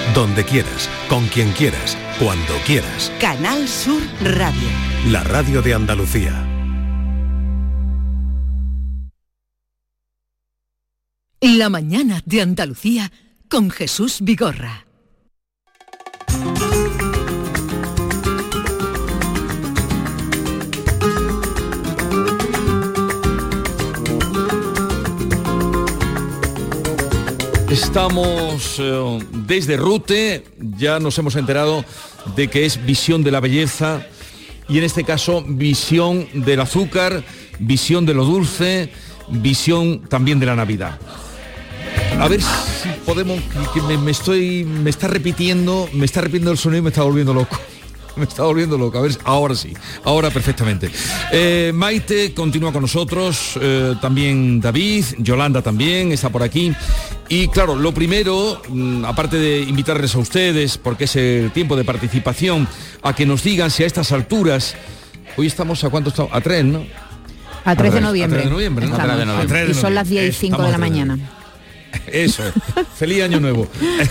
donde quieras, con quien quieras, cuando quieras. Canal Sur Radio. La radio de Andalucía. La mañana de Andalucía con Jesús Vigorra. Estamos desde Rute, ya nos hemos enterado de que es visión de la belleza y en este caso visión del azúcar, visión de lo dulce, visión también de la Navidad. A ver si podemos, que me está repitiendo el sonido y me está volviendo loco. Me está volviendo loco, a ver, ahora sí, ahora perfectamente. Maite continúa con nosotros, también David, Yolanda también está por aquí. Y claro, lo primero, aparte de invitarles a ustedes, porque es el tiempo de participación, a que nos digan si a estas alturas, hoy estamos a cuánto estamos, a 3, ¿no? A 3 de noviembre. A 3 de noviembre, ¿no? Estamos, A 3 de noviembre. y son las 10:05 de la mañana. Eso es. Feliz año nuevo.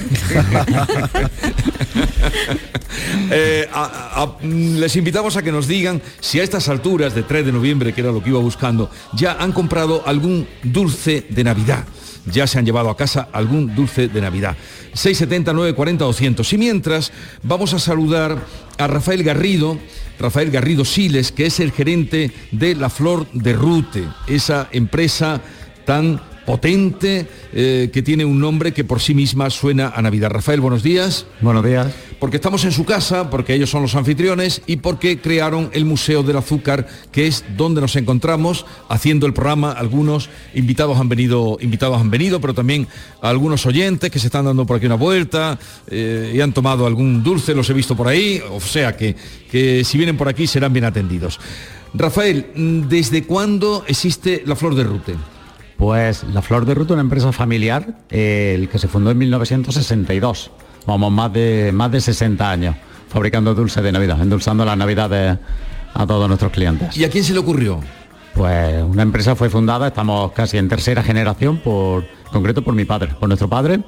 Les invitamos a que nos digan si a estas alturas de 3 de noviembre, que era lo que iba buscando, ya han comprado algún dulce de Navidad. Ya se han llevado a casa algún dulce de Navidad. 670 940 200. Y mientras vamos a saludar a Rafael Garrido Siles, que es el gerente de La Flor de Rute, esa empresa tan potente, que tiene un nombre que por sí misma suena a Navidad. Rafael, buenos días. Buenos días. Porque estamos en su casa, porque ellos son los anfitriones y porque crearon el Museo del Azúcar, que es donde nos encontramos haciendo el programa. Algunos invitados han venido, pero también algunos oyentes que se están dando por aquí una vuelta y han tomado algún dulce, los he visto por ahí, o sea que si vienen por aquí serán bien atendidos. Rafael, ¿desde cuándo existe La Flor de Rute? Pues La Flor de Rute es una empresa familiar, el que se fundó en 1962. Vamos, más de 60 años fabricando dulces de Navidad, endulzando las Navidades a todos nuestros clientes. ¿Y a quién se le ocurrió? Pues una empresa fue fundada, estamos casi en tercera generación, concreto por mi padre, por nuestro padre,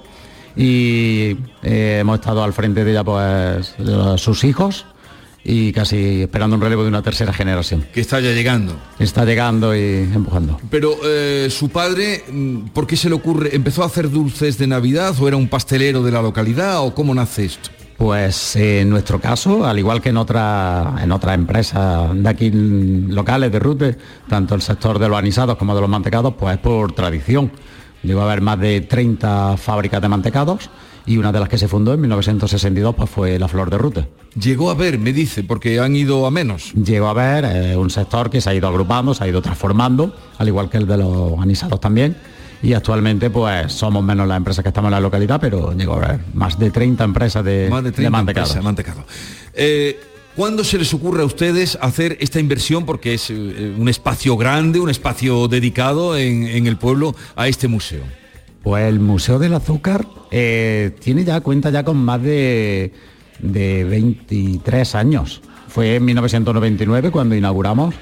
y hemos estado al frente de ella pues sus hijos, y casi esperando un relevo de una tercera generación. Que está ya llegando. Está llegando y empujando. Pero su padre, ¿por qué se le ocurre? ¿Empezó a hacer dulces de Navidad o era un pastelero de la localidad o cómo nace esto? Pues en nuestro caso, al igual que en otras empresas de aquí locales de Rute, tanto el sector de los anisados como de los mantecados, pues es por tradición. Llegó a haber más de 30 fábricas de mantecados y una de las que se fundó en 1962 pues fue La Flor de Rute. Llegó a ver, me dice, porque han ido a menos. Llegó a ver un sector que se ha ido agrupando, se ha ido transformando, al igual que el de los anisados también, y actualmente pues somos menos las empresas que estamos en la localidad, pero llegó a ver más de 30 empresas de mantecados. ¿Cuándo se les ocurre a ustedes hacer esta inversión? Porque es un espacio grande, un espacio dedicado en el pueblo a este museo. Pues el Museo del Azúcar cuenta ya con más de 23 años. Fue en 1999 cuando inauguramos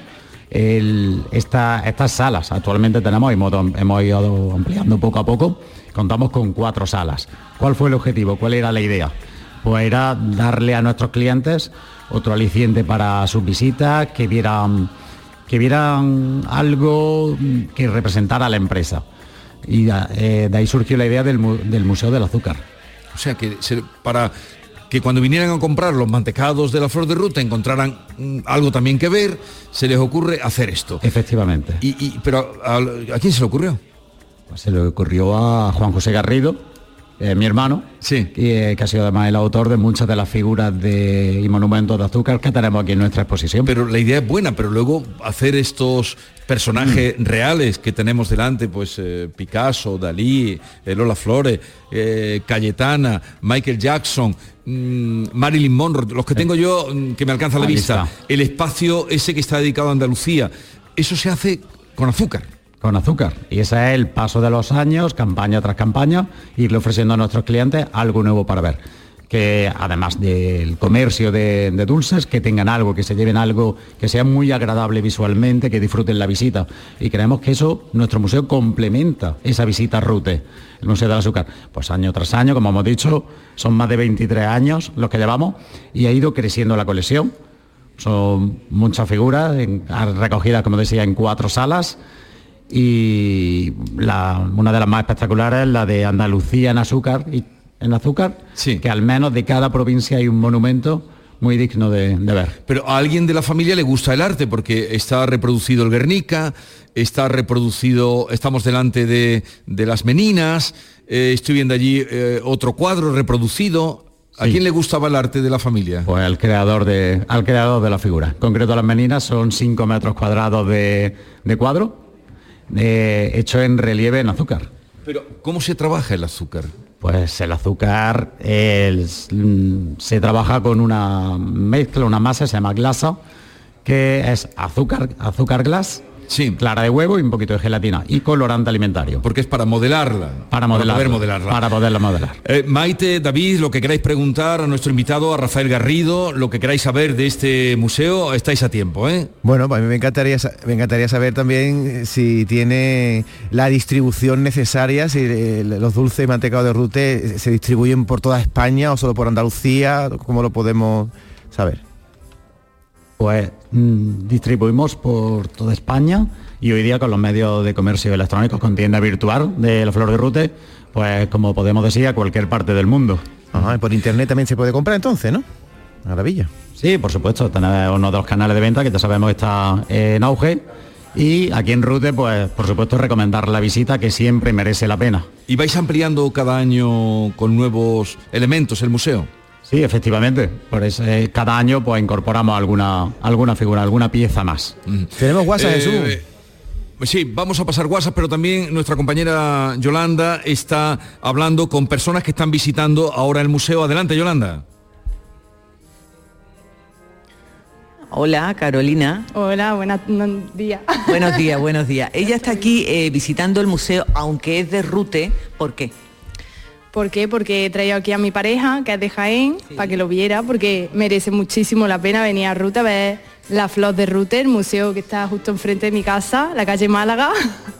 estas salas. Actualmente hemos ido ampliando poco a poco. Contamos con 4 salas. ¿Cuál fue el objetivo? ¿Cuál era la idea? Pues era darle a nuestros clientes otro aliciente para sus visitas, que vieran algo que representara a la empresa. Y de ahí surgió la idea del Museo del Azúcar. O sea, para que cuando vinieran a comprar los mantecados de La Flor de Rute encontraran algo también que ver, se les ocurre hacer esto. Efectivamente. Pero ¿a quién se le ocurrió? Pues se le ocurrió a Juan José Garrido, mi hermano, sí, que ha sido además el autor de muchas de las figuras y monumentos de azúcar que tenemos aquí en nuestra exposición. Pero la idea es buena, pero luego hacer estos personajes reales que tenemos delante, pues Picasso, Dalí, Lola Flores, Cayetana, Michael Jackson, Marilyn Monroe, los que tengo yo que me alcanza la vista, el espacio ese que está dedicado a Andalucía, eso se hace con azúcar. Con azúcar. Y ese es el paso de los años, campaña tras campaña, irle ofreciendo a nuestros clientes algo nuevo para ver. que además del comercio de dulces, que tengan algo, que se lleven algo, que sea muy agradable visualmente, que disfruten la visita. Y creemos que eso, nuestro museo complementa esa visita a Rute, el Museo del Azúcar. Pues año tras año, como hemos dicho, son más de 23 años los que llevamos y ha ido creciendo la colección. Son muchas figuras recogidas, como decía, en 4 salas. Y una de las más espectaculares es la de Andalucía en azúcar, sí, que al menos de cada provincia hay un monumento muy digno de ver. Pero a alguien de la familia le gusta el arte, porque está reproducido el Guernica, está reproducido, estamos delante de las Meninas, estoy viendo allí otro cuadro reproducido. ¿A quién le gustaba el arte de la familia? Pues al creador de la figura. En concreto, las Meninas son 5 metros cuadrados de cuadro, hecho en relieve en azúcar. Pero, ¿cómo se trabaja el azúcar? Pues el azúcar se trabaja con una mezcla, una masa, se llama glasa, que es azúcar glas, sí, clara de huevo y un poquito de gelatina y colorante alimentario. Porque es para modelarla. Para poderla modelar. Maite, David, lo que queráis preguntar a nuestro invitado, a Rafael Garrido, lo que queráis saber de este museo, estáis a tiempo, ¿eh? Bueno, pues a mí me encantaría saber también si tiene la distribución necesaria, si los dulces y mantecados de Rute se distribuyen por toda España o solo por Andalucía, ¿cómo lo podemos saber? Pues distribuimos por toda España y hoy día con los medios de comercio electrónicos, con tienda virtual de la Flor de Rute, pues como podemos decir, a cualquier parte del mundo. Ajá, y por internet también se puede comprar entonces, ¿no? Maravilla. Sí, por supuesto, tenemos uno de los canales de venta que ya sabemos está en auge. Y aquí en Rute, pues por supuesto recomendar la visita, que siempre merece la pena. ¿Y vais ampliando cada año con nuevos elementos el museo? Sí, efectivamente. Por eso cada año pues incorporamos alguna figura, alguna pieza más. Tenemos WhatsApp, Jesús. Sí, vamos a pasar WhatsApp, pero también nuestra compañera Yolanda está hablando con personas que están visitando ahora el museo. Adelante, Yolanda. Hola, Carolina. Hola, buenos días. Buenos días. Ella está aquí visitando el museo, aunque es de Rute. ¿Por qué? ¿Por qué? Porque he traído aquí a mi pareja, que es de Jaén, sí, para que lo viera, porque merece muchísimo la pena venir a Rute a ver la Flor de Rute, el museo que está justo enfrente de mi casa, la calle Málaga.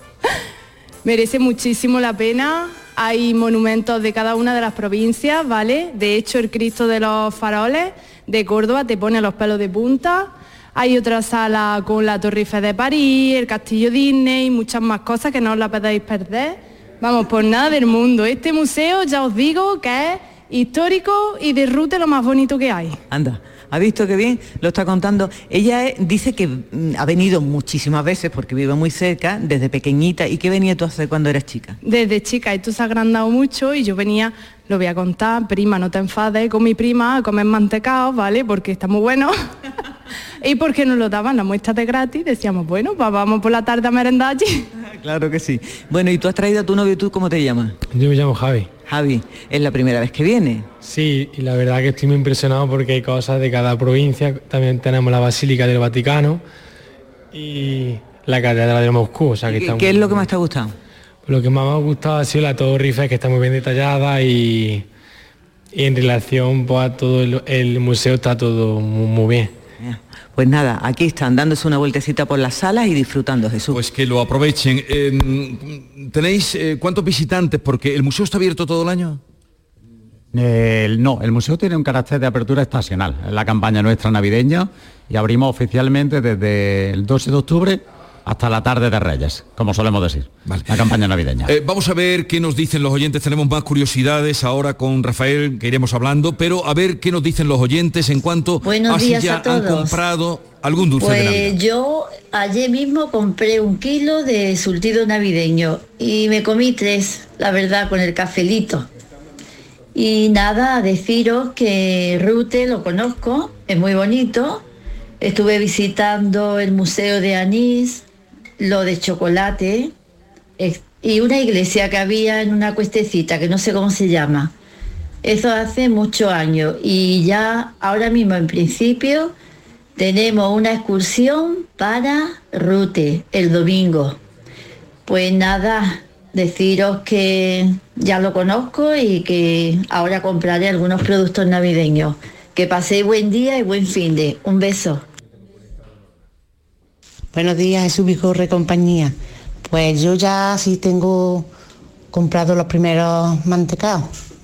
Merece muchísimo la pena. Hay monumentos de cada una de las provincias, ¿vale? De hecho, el Cristo de los Faroles de Córdoba te pone los pelos de punta. Hay otra sala con la Torre Eiffel de París, el Castillo Disney y muchas más cosas que no os la podéis perder. Vamos, por nada del mundo. Este museo, ya os digo, que es histórico y de Rute lo más bonito que hay. Anda, ¿ha visto qué bien? Lo está contando. Ella dice que ha venido muchísimas veces porque vive muy cerca, desde pequeñita. ¿Y qué venía tú a hacer cuando eras chica? Desde chica, esto se ha agrandado mucho y yo venía, lo voy a contar, prima, no te enfades, con mi prima a comer mantecaos, ¿vale? Porque está muy bueno. Y porque nos lo daban la muestra de gratis, decíamos, bueno, pues vamos por la tarde a merendar allí. Claro que sí. Bueno, ¿y tú has traído a tu novio? ¿Tú cómo te llamas? Yo me llamo Javi. Javi, ¿es la primera vez que viene? Sí, y la verdad que estoy muy impresionado porque hay cosas de cada provincia. También tenemos la Basílica del Vaticano y la Catedral de Moscú. O sea, que ¿Qué es lo que más te ha gustado? Lo que más me ha gustado ha sido la Torre Eiffel, que está muy bien detallada y en relación pues, a todo el museo está todo muy bien. Pues nada, aquí están dándose una vueltecita por las salas y disfrutando, Jesús. Pues que lo aprovechen. ¿Tenéis cuántos visitantes? Porque el museo está abierto todo el año. No, el museo tiene un carácter de apertura estacional. Es la campaña nuestra navideña y abrimos oficialmente desde el 12 de octubre hasta la tarde de Reyes, como solemos decir, vale. La campaña navideña. Vamos a ver qué nos dicen los oyentes, tenemos más curiosidades ahora con Rafael, que iremos hablando, pero a ver qué nos dicen los oyentes en cuanto a si ya han comprado algún dulce de Navidad. Yo ayer mismo compré 1 kilo de surtido navideño y me comí 3, la verdad, con el cafelito. Y nada, deciros que Rute lo conozco, es muy bonito. Estuve visitando el Museo de Anís, lo de chocolate y una iglesia que había en una cuestecita que no sé cómo se llama. Eso hace muchos años y ya ahora mismo en principio tenemos una excursión para Rute el domingo. Pues nada, deciros que ya lo conozco y que ahora compraré algunos productos navideños. Que paséis buen día y buen fin de. Un beso. Buenos días, Jesús Vigorre, compañía. Pues yo ya sí tengo comprado los primeros mantecados.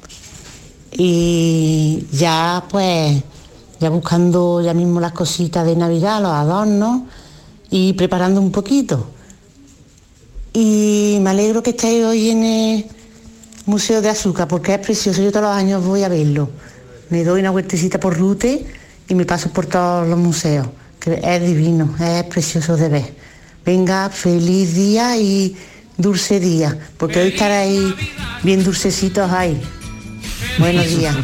Y ya pues, ya buscando ya mismo las cositas de Navidad, los adornos y preparando un poquito. Y me alegro que estéis hoy en el Museo de Azúcar porque es precioso, yo todos los años voy a verlo. Me doy una vueltecita por Rute y me paso por todos los museos, que es divino, es precioso de ver. Venga, feliz día y dulce día, porque hoy estaréis bien dulcecitos ahí. Buenos días.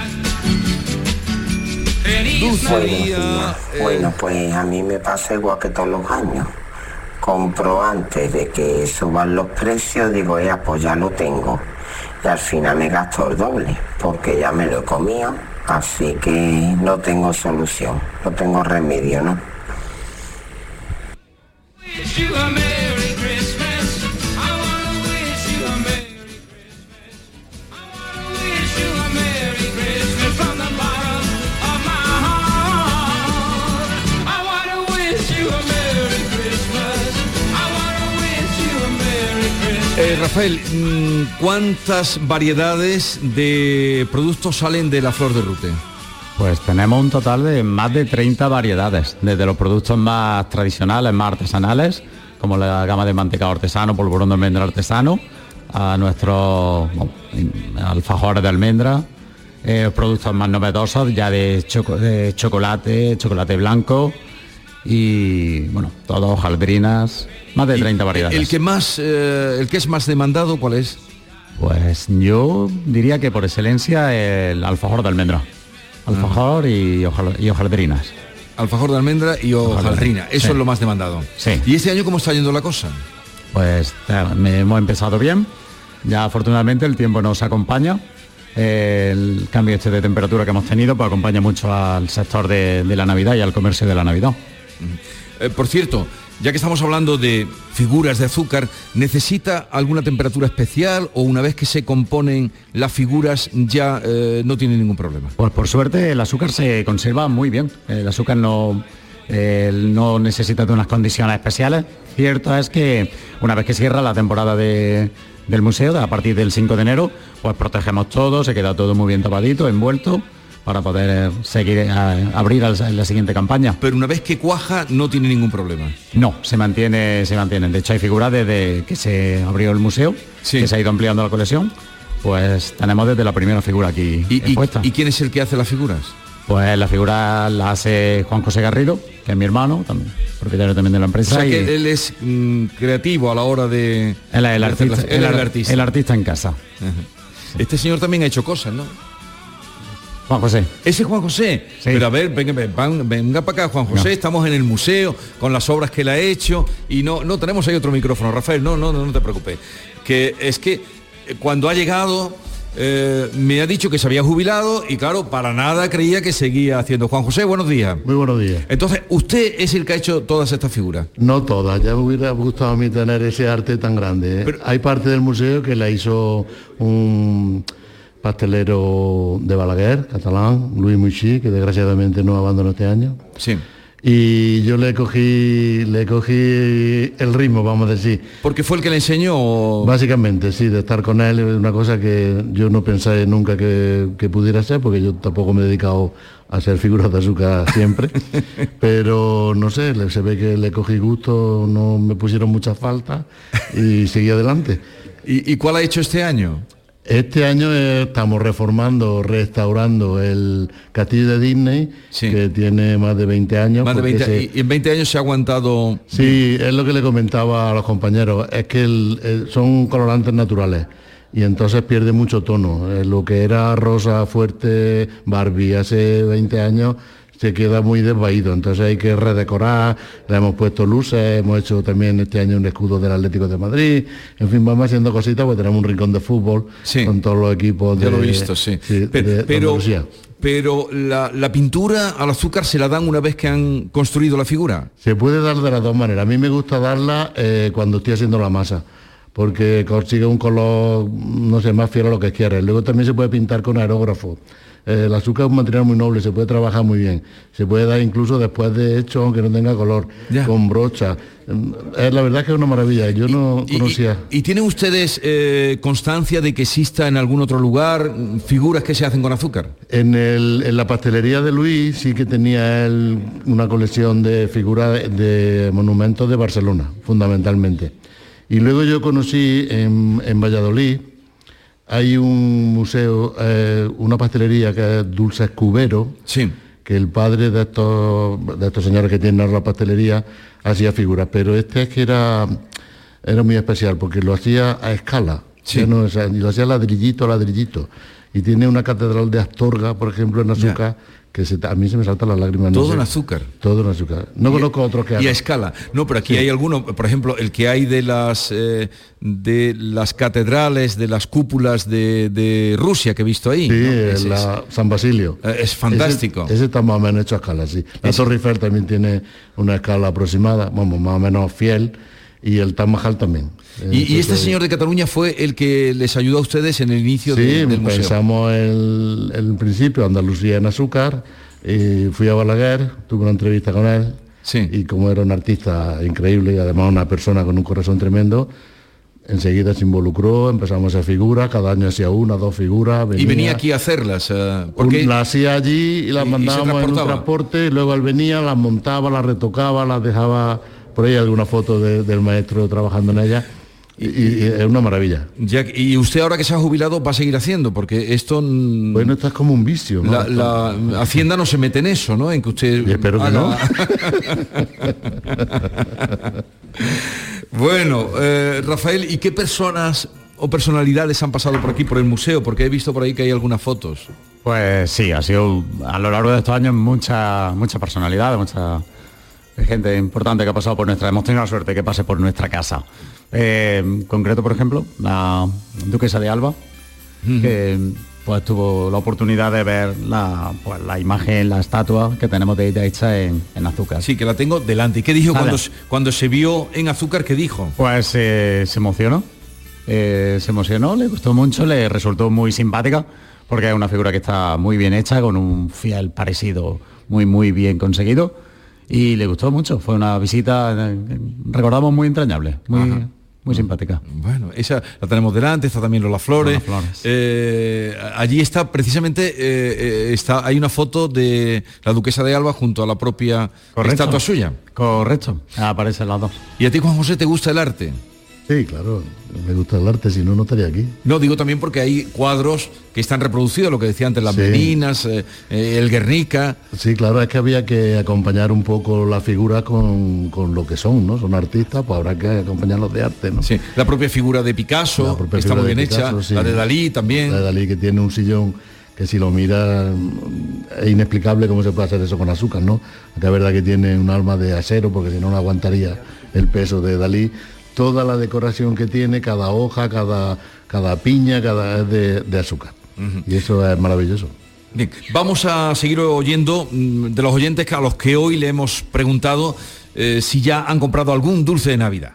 Bueno, pues a mí me pasa igual que todos los años. Compro antes de que suban los precios, digo, pues ya lo tengo. Y al final me gasto el doble, porque ya me lo he comido, así que no tengo solución, no tengo remedio, ¿no? Rafael, ¿cuántas variedades de productos salen de la flor de Rute? Pues tenemos un total de más de 30 variedades, desde los productos más tradicionales, más artesanales, como la gama de mantecado artesano, polvorón de almendra artesano, a nuestros alfajores de almendra, productos más novedosos, ya de chocolate blanco y, bueno, todo hojaldrinas, más de 30 variedades. El que es más demandado, ¿cuál es? Pues yo diría que por excelencia el alfajor de almendra. Alfajor y hojaldrinas. Alfajor de almendra y hojaldrina, eso es lo más demandado. Sí. ¿Y este año cómo está yendo la cosa? Pues hemos empezado bien, ya afortunadamente el tiempo nos acompaña, el cambio de temperatura que hemos tenido pues acompaña mucho al sector de la Navidad y al comercio de la Navidad. Por cierto, ya que estamos hablando de figuras de azúcar, ¿necesita alguna temperatura especial o una vez que se componen las figuras ya no tiene ningún problema? Pues por suerte el azúcar se conserva muy bien. El azúcar no necesita de unas condiciones especiales. Cierto es que una vez que cierra la temporada del museo, a partir del 5 de enero, pues protegemos todo, se queda todo muy bien tapadito, envuelto, para poder seguir abrir la siguiente campaña. Pero una vez que cuaja no tiene ningún problema. No, se mantienen. De hecho hay figuras desde que se abrió el museo, que se ha ido ampliando la colección, pues tenemos desde la primera figura aquí expuesta. ¿Y quién es el que hace las figuras? Pues la figura la hace Juan José Garrido, que es mi hermano, también, propietario también de la empresa. O sea que él es creativo a la hora de... Él es el artista en casa. Uh-huh. Este señor también ha hecho cosas, ¿no? Juan José. Ese es Juan José. Sí. Pero a ver, venga para acá, Juan José, estamos en el museo con las obras que él ha hecho y no tenemos ahí otro micrófono, Rafael, no te preocupes. Que es que cuando ha llegado me ha dicho que se había jubilado y claro, para nada creía que seguía haciendo. Juan José, buenos días. Muy buenos días. Entonces, ¿usted es el que ha hecho todas estas figuras? No todas, ya me hubiera gustado a mí tener ese arte tan grande. Pero hay parte del museo que la hizo un pastelero de Balaguer, catalán, Luis Muixí, que desgraciadamente no abandonó este año. Sí. Y yo le cogí el ritmo, vamos a decir. ¿Porque fue el que le enseñó? Básicamente, sí, de estar con él, una cosa que yo no pensé nunca que pudiera ser, porque yo tampoco me he dedicado a hacer figuras de azúcar siempre. Pero no sé, se ve que le cogí gusto, no me pusieron muchas faltas y seguí adelante. ¿Y cuál ha hecho este año? Este año estamos restaurando el castillo de Disney, que tiene más de 20 años. Más de 20, y en 20 años se ha aguantado... Sí, es lo que le comentaba a los compañeros, es que son colorantes naturales y entonces pierde mucho tono. Lo que era rosa fuerte Barbie hace 20 años se queda muy desvaído, entonces hay que redecorar, le hemos puesto luces, hemos hecho también este año un escudo del Atlético de Madrid, en fin, vamos haciendo cositas, pues tenemos un rincón de fútbol con todos los equipos de... Ya lo he visto, sí. Pero la pintura al azúcar se la dan una vez que han construido la figura. Se puede dar de las dos maneras, a mí me gusta darla cuando estoy haciendo la masa, porque consigue un color, no sé, más fiel a lo que quieres. Luego también se puede pintar con aerógrafo. El azúcar es un material muy noble, se puede trabajar muy bien. Se puede dar incluso después de hecho, aunque no tenga color, con brocha. La verdad es que es una maravilla, yo no conocía. ¿Y tienen ustedes constancia de que exista en algún otro lugar figuras que se hacen con azúcar? En la pastelería de Luis sí que tenía él una colección de figuras de monumentos de Barcelona, fundamentalmente. Y luego yo conocí en Valladolid, hay un museo, una pastelería que es Dulces Cubero, sí, que el padre de estos señores que tienen la pastelería hacía figuras, pero este es que era muy especial porque lo hacía a escala, sí, y lo hacía ladrillito a ladrillito. Y tiene una catedral de Astorga, por ejemplo, en azúcar, que a mí se me saltan las lágrimas. Todo en azúcar. Todo en azúcar. No conozco otros que hagan. Y a escala. No, pero aquí hay alguno, por ejemplo, el que hay de las catedrales, de las cúpulas de Rusia que he visto ahí. Sí, ¿no? San Basilio. Es fantástico. Ese está más o menos hecho a escala, sí. La Torre Eiffel también tiene una escala aproximada, vamos, más o menos fiel, y el Taj Mahal también. ¿Y este señor de Cataluña fue el que les ayudó a ustedes en el inicio del museo? Sí, pensamos en el principio Andalucía en azúcar, y fui a Balaguer, tuve una entrevista con él, sí, y como era un artista increíble y además una persona con un corazón tremendo, enseguida se involucró, empezamos a hacer figuras, cada año hacía una, dos figuras. Y venía aquí a hacerlas. Las hacía allí y las mandábamos en un transporte, y luego él venía, las montaba, las retocaba, las dejaba, por ahí alguna foto del maestro trabajando en ella. Y es una maravilla. Y usted ahora que se ha jubilado va a seguir haciendo, porque esto... Bueno, esto es como un vicio, ¿no? La Hacienda no se mete en eso, ¿no? En que usted... Y espero que no. Bueno, Rafael, ¿y qué personas o personalidades han pasado por aquí, por el museo? Porque he visto por ahí que hay algunas fotos. Pues sí, ha sido a lo largo de estos años mucha personalidad, mucha gente importante que ha pasado por nuestra... Hemos tenido la suerte que pase por nuestra casa. En concreto, por ejemplo, la duquesa de Alba, que pues tuvo la oportunidad de ver la imagen, la estatua que tenemos de ella hecha en azúcar. Sí, que la tengo delante. ¿Y qué dijo cuando se vio en azúcar? ¿Qué dijo? Pues se emocionó. Le gustó mucho, le resultó muy simpática, porque es una figura que está muy bien hecha, con un fiel parecido muy bien conseguido. Y le gustó mucho, fue una visita, recordamos, muy entrañable, muy simpática. Bueno, esa la tenemos delante, está también Lola Flores. Allí está precisamente, hay una foto de la duquesa de Alba junto a la propia estatua suya. Correcto, aparecen las dos. ¿Y a ti, Juan José, te gusta el arte? Sí, claro, me gusta el arte, si no estaría aquí. No, digo también porque hay cuadros que están reproducidos, lo que decía antes, las Meninas, el Guernica. Sí, claro, es que había que acompañar un poco las figuras con lo que son, ¿no? Son artistas, pues habrá que acompañarlos de arte, ¿no? Sí, la propia figura de Picasso, que está muy bien hecha, la de Dalí también. La de Dalí, que tiene un sillón que si lo miras es inexplicable cómo se puede hacer eso con azúcar, ¿no? Que es verdad que tiene un alma de acero, porque si no, no aguantaría el peso de Dalí. Toda la decoración que tiene, cada hoja, cada piña, es de azúcar. Y eso es maravilloso. Bien, vamos a seguir oyendo de los oyentes a los que hoy le hemos preguntado si ya han comprado algún dulce de Navidad.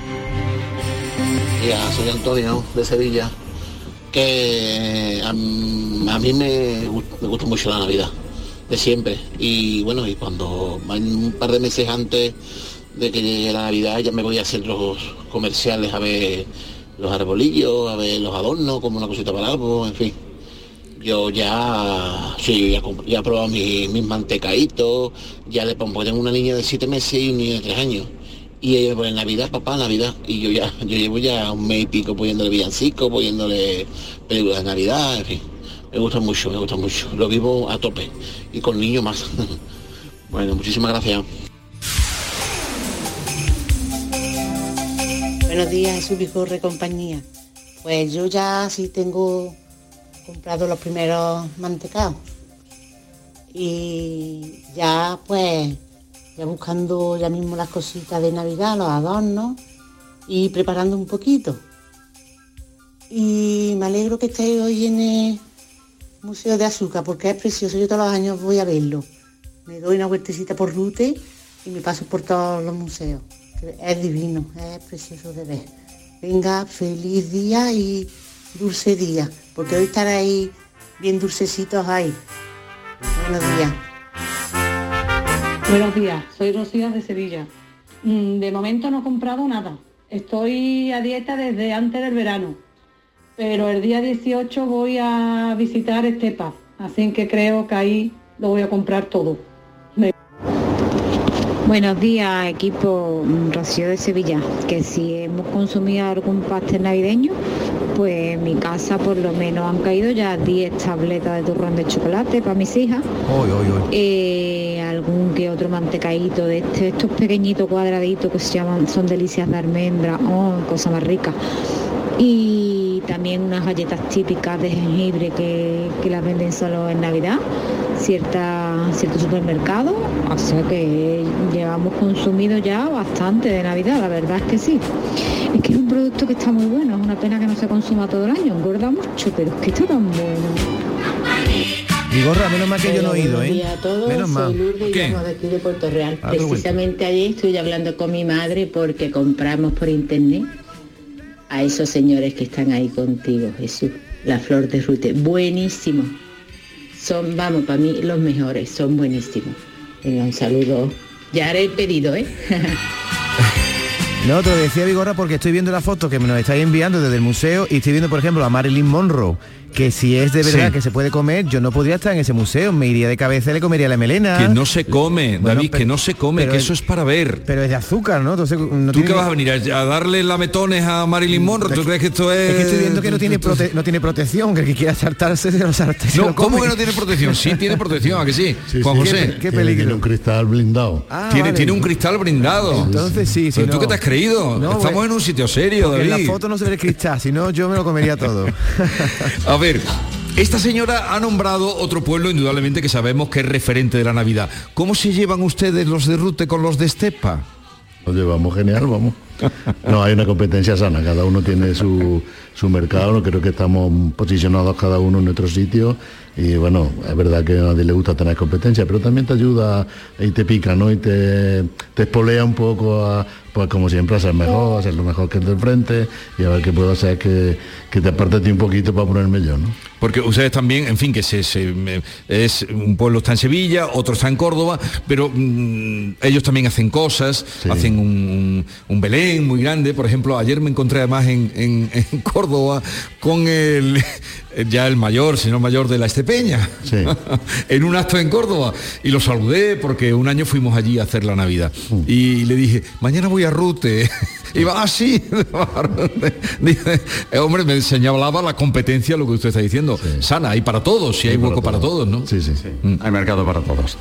Ya, soy Antonio de Sevilla, que a mí me gusta mucho la Navidad, de siempre. Y bueno, y cuando un par de meses antes de que llegue la Navidad ya me voy a hacer los comerciales a ver los arbolillos, a ver los adornos, como una cosita para algo, en fin. Yo ya he probado mis mantecaditos, ya le pongo, tengo una niña de 7 meses y un niño de 3 años. Y ella me pone Navidad, papá, Navidad. Y yo llevo ya un mes y pico poniéndole villancicos, poniéndole películas de Navidad, en fin. Me gusta mucho. Lo vivo a tope. Y con niños más. Bueno, muchísimas gracias. Buenos días, Jesús Vigorre, compañía. Pues yo ya sí tengo comprado los primeros mantecados. Y ya pues, ya buscando ya mismo las cositas de Navidad, los adornos, y preparando un poquito. Y me alegro que estéis hoy en el Museo de Azúcar, porque es precioso, yo todos los años voy a verlo. Me doy una vueltecita por Rute y me paso por todos los museos. Es divino, es precioso de ver. Venga, feliz día y dulce día, porque hoy están ahí bien dulcecitos ahí. Buenos días. Buenos días, soy Rocío de Sevilla. De momento no he comprado nada. Estoy a dieta desde antes del verano, pero el día 18 voy a visitar Estepa, así que creo que ahí lo voy a comprar todo. Buenos días, equipo. Rocío de Sevilla. Que si hemos consumido algún pastel navideño, pues en mi casa por lo menos han caído ya 10 tabletas de turrón de chocolate para mis hijas. Algún que otro mantecadito de estos pequeñitos cuadraditos que se llaman, son delicias de almendra, cosa más rica. Y también unas galletas típicas de jengibre que las venden solo en Navidad, cierto supermercado, o sea que llevamos consumido ya bastante de Navidad, la verdad es que sí. Es que es un producto que está muy bueno, es una pena que no se consuma todo el año, engorda mucho, pero es que está tan bueno. Vigorra, menos mal que yo no he ido, Buenos días a todos, menos mal. soy Lourdes y llamo de aquí de Puerto Real. Precisamente ayer estoy hablando con mi madre porque compramos por internet a esos señores que están ahí contigo, Jesús, la flor de rute, buenísimo. Son, vamos, para mí los mejores, son buenísimos. Venga, un saludo. Ya haré el pedido, ¿eh? No, te lo decía Vigorra porque estoy viendo la foto que me nos estáis enviando desde el museo y estoy viendo, por ejemplo, a Marilyn Monroe, que si es de verdad que se puede comer, yo no podría estar en ese museo, me iría de cabeza y le comería la melena. Que no se come, bueno, David, que no se come, que eso es para ver. Pero es de azúcar, ¿no? Entonces, no ¿tú qué vas a venir a darle lametones a Marilyn Monroe? ¿Tú crees que esto es...? Es que estoy viendo que no tiene protección, que el que quiera saltarse se lo salta. No, ¿cómo que no tiene protección? Sí tiene protección, ¿a que sí? Juan José. ¿Qué peligro? Tiene un cristal blindado. Tiene un cristal blindado. Entonces sí. ¿Pero tú qué te has creído? No, estamos en un sitio serio, David. En la foto no se ve el cristal, si no yo me lo comería todo. A ver, esta señora ha nombrado otro pueblo indudablemente que sabemos que es referente de la Navidad. ¿Cómo se llevan ustedes los de Rute con los de Estepa? Nos llevamos genial, vamos. No, hay una competencia sana, cada uno tiene su mercado, no creo que estamos posicionados cada uno en nuestro sitio y bueno, es verdad que a nadie le gusta tener competencia, pero también te ayuda y te pica, ¿no? Y te espolea un poco a, pues como siempre, a ser mejor, a hacer lo mejor que el del frente y a ver qué puedo hacer que te aparte ti un poquito para ponerme yo, ¿no? Porque ustedes también, en fin, que es un pueblo está en Sevilla, otro está en Córdoba, pero ellos también hacen cosas, hacen un Belén muy grande. Por ejemplo, ayer me encontré además en Córdoba con el mayor, señor mayor de la Estepeña, en un acto en Córdoba, y lo saludé porque un año fuimos allí a hacer la Navidad y le dije, mañana voy a Rute. Y va así. Dice, hombre, me señalaba la competencia, lo que usted está diciendo, sana, hay para todos, si hay hueco para todos, ¿no? Sí. Hay mercado para todos.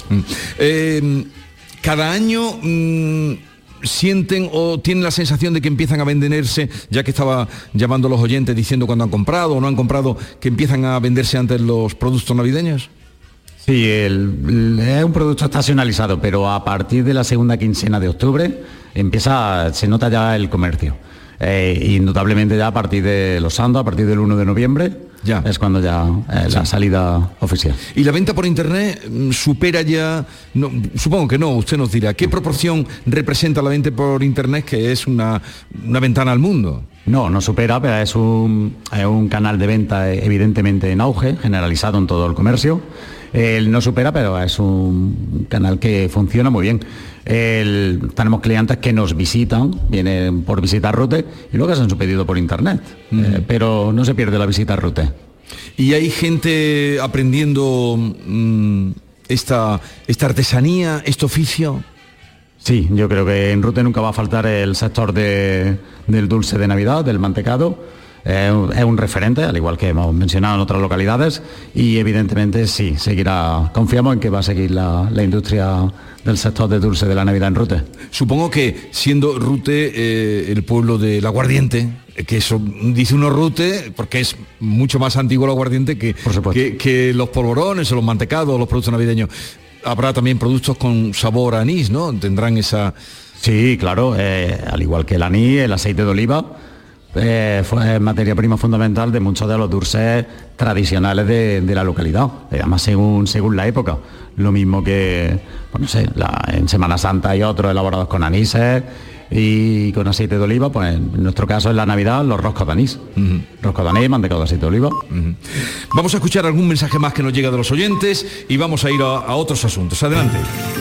Cada año sienten o tienen la sensación de que empiezan a venderse, ya que estaba llamando a los oyentes diciendo cuando han comprado o no han comprado, que empiezan a venderse antes los productos navideños. Sí, es un producto estacionalizado, pero a partir de la segunda quincena de octubre se nota ya el comercio. Indudablemente ya a partir de los santos, a partir del 1 de noviembre, es cuando ya la salida oficial. ¿Y la venta por internet supera ya, no, supongo que no, usted nos dirá, qué proporción representa la venta por internet, que es una ventana al mundo? No supera, pero es un canal de venta evidentemente en auge, generalizado en todo el comercio. No supera, pero es un canal que funciona muy bien. Tenemos clientes que nos visitan, vienen por visitar Rute y luego hacen su pedido por internet, pero no se pierde la visita a Rute. ¿Y hay gente aprendiendo esta artesanía, este oficio? Sí, yo creo que en Rute nunca va a faltar el sector del dulce de Navidad, del mantecado. Es un referente, al igual que hemos mencionado en otras localidades, y evidentemente sí, seguirá. Confiamos en que va a seguir la industria del sector de dulce de la Navidad en Rute. Supongo que siendo Rute el pueblo del aguardiente, que eso dice uno Rute porque es mucho más antiguo el aguardiente que los polvorones o los mantecados o los productos navideños, habrá también productos con sabor a anís, ¿no? Tendrán esa... Sí, claro, al igual que el anís, el aceite de oliva, fue materia prima fundamental de muchos de los dulces tradicionales de la localidad, además según la época. Lo mismo que, en Semana Santa hay otros elaborados con anises, Y con aceite de oliva, pues en nuestro caso en la Navidad, los roscos de anís. Roscos de anís, mantecado de aceite de oliva. Vamos a escuchar algún mensaje más que nos llega de los oyentes y vamos a ir a otros asuntos. Adelante.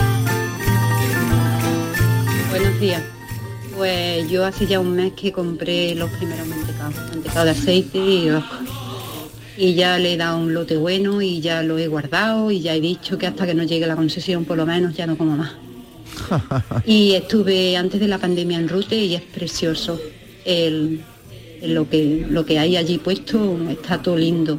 Buenos días. Pues yo hace ya un mes que compré los primeros mantecado de aceite y roscos. Y ya le he dado un lote bueno y ya lo he guardado y ya he dicho que hasta que no llegue la concesión por lo menos ya no como más. Y estuve antes de la pandemia en Rute y es precioso lo que hay allí puesto, está todo lindo.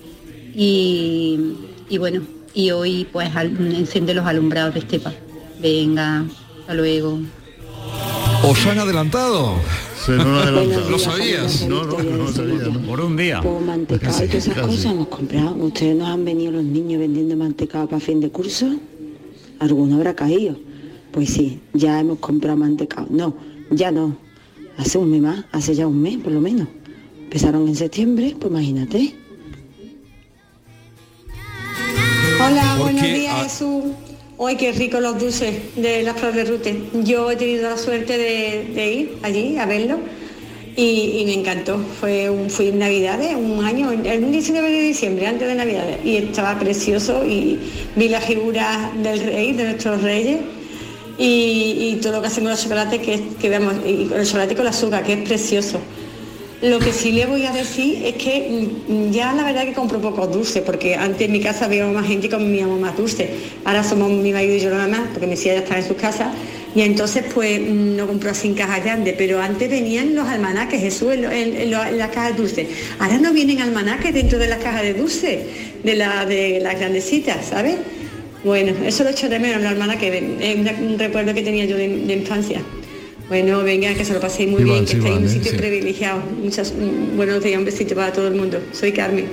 Y bueno, y hoy pues enciende los alumbrados de Estepa. Venga, hasta luego. ¿Os han adelantado? Sí, no lo adelantado. ¿Lo sabías? No sabía. ¿No? Por un día. Por mantecado y todas esas cosas hemos comprado. ¿Ustedes nos han venido los niños vendiendo mantecado para fin de curso? ¿Alguno habrá caído? Pues sí, ya hemos comprado mantecado. No, ya no. Hace un mes más, hace ya un mes por lo menos. Empezaron en septiembre, pues imagínate. Hola, buenos días, Jesús. Hoy qué rico los dulces de la Flor de Rute. Yo he tenido la suerte de ir allí a verlo y me encantó. Fui en Navidades, un año, el 19 de diciembre, antes de Navidades, y estaba precioso y vi la figura del rey, de nuestros reyes, y todo lo que hacen con los chocolates, que vemos, y con el chocolate y con el azúcar, que es precioso. Lo que sí le voy a decir es que ya la verdad que compro pocos dulces, porque antes en mi casa había más gente y comíamos más dulces. Ahora somos mi marido y yo nada más, porque mis hijas ya están en sus casas, y entonces pues no compro así en cajas grandes, pero antes venían los almanaques, Jesús, en las cajas dulces. Ahora no vienen almanaques dentro de las cajas de dulces, de las grandecitas, ¿sabes? Bueno, eso lo echo de menos, los almanaques, es un recuerdo que tenía yo de infancia. Bueno, venga, que se lo paséis muy bien, que estéis en un sitio privilegiado. Buenos días, un besito para todo el mundo. Soy Carmen.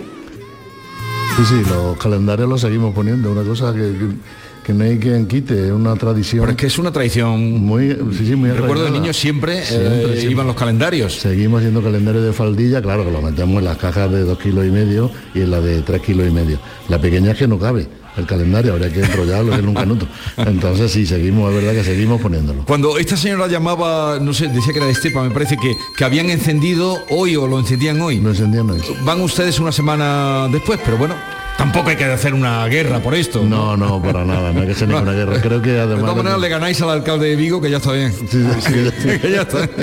Sí, los calendarios los seguimos poniendo, una cosa que no hay quien quite, es una tradición. Pero es que es una tradición muy recuerdo de niños siempre iban los calendarios. Seguimos haciendo calendarios de faldilla, claro que lo metemos en las cajas de 2,5 kilos y en la de 3,5 kilos. La pequeña es que no cabe el calendario, habría que enrollarlo en un canuto. Entonces sí, seguimos, es verdad que seguimos poniéndolo. Cuando esta señora llamaba, no sé, decía que era de Estepa, me parece que habían encendido hoy o lo encendían hoy. Lo encendían hoy. Van ustedes una semana después, pero bueno, tampoco hay que hacer una guerra por esto. No, para nada, no hay que hacer ninguna guerra. Creo que además... De todas maneras le ganáis al alcalde de Vigo, que ya está bien. Sí, que ya está.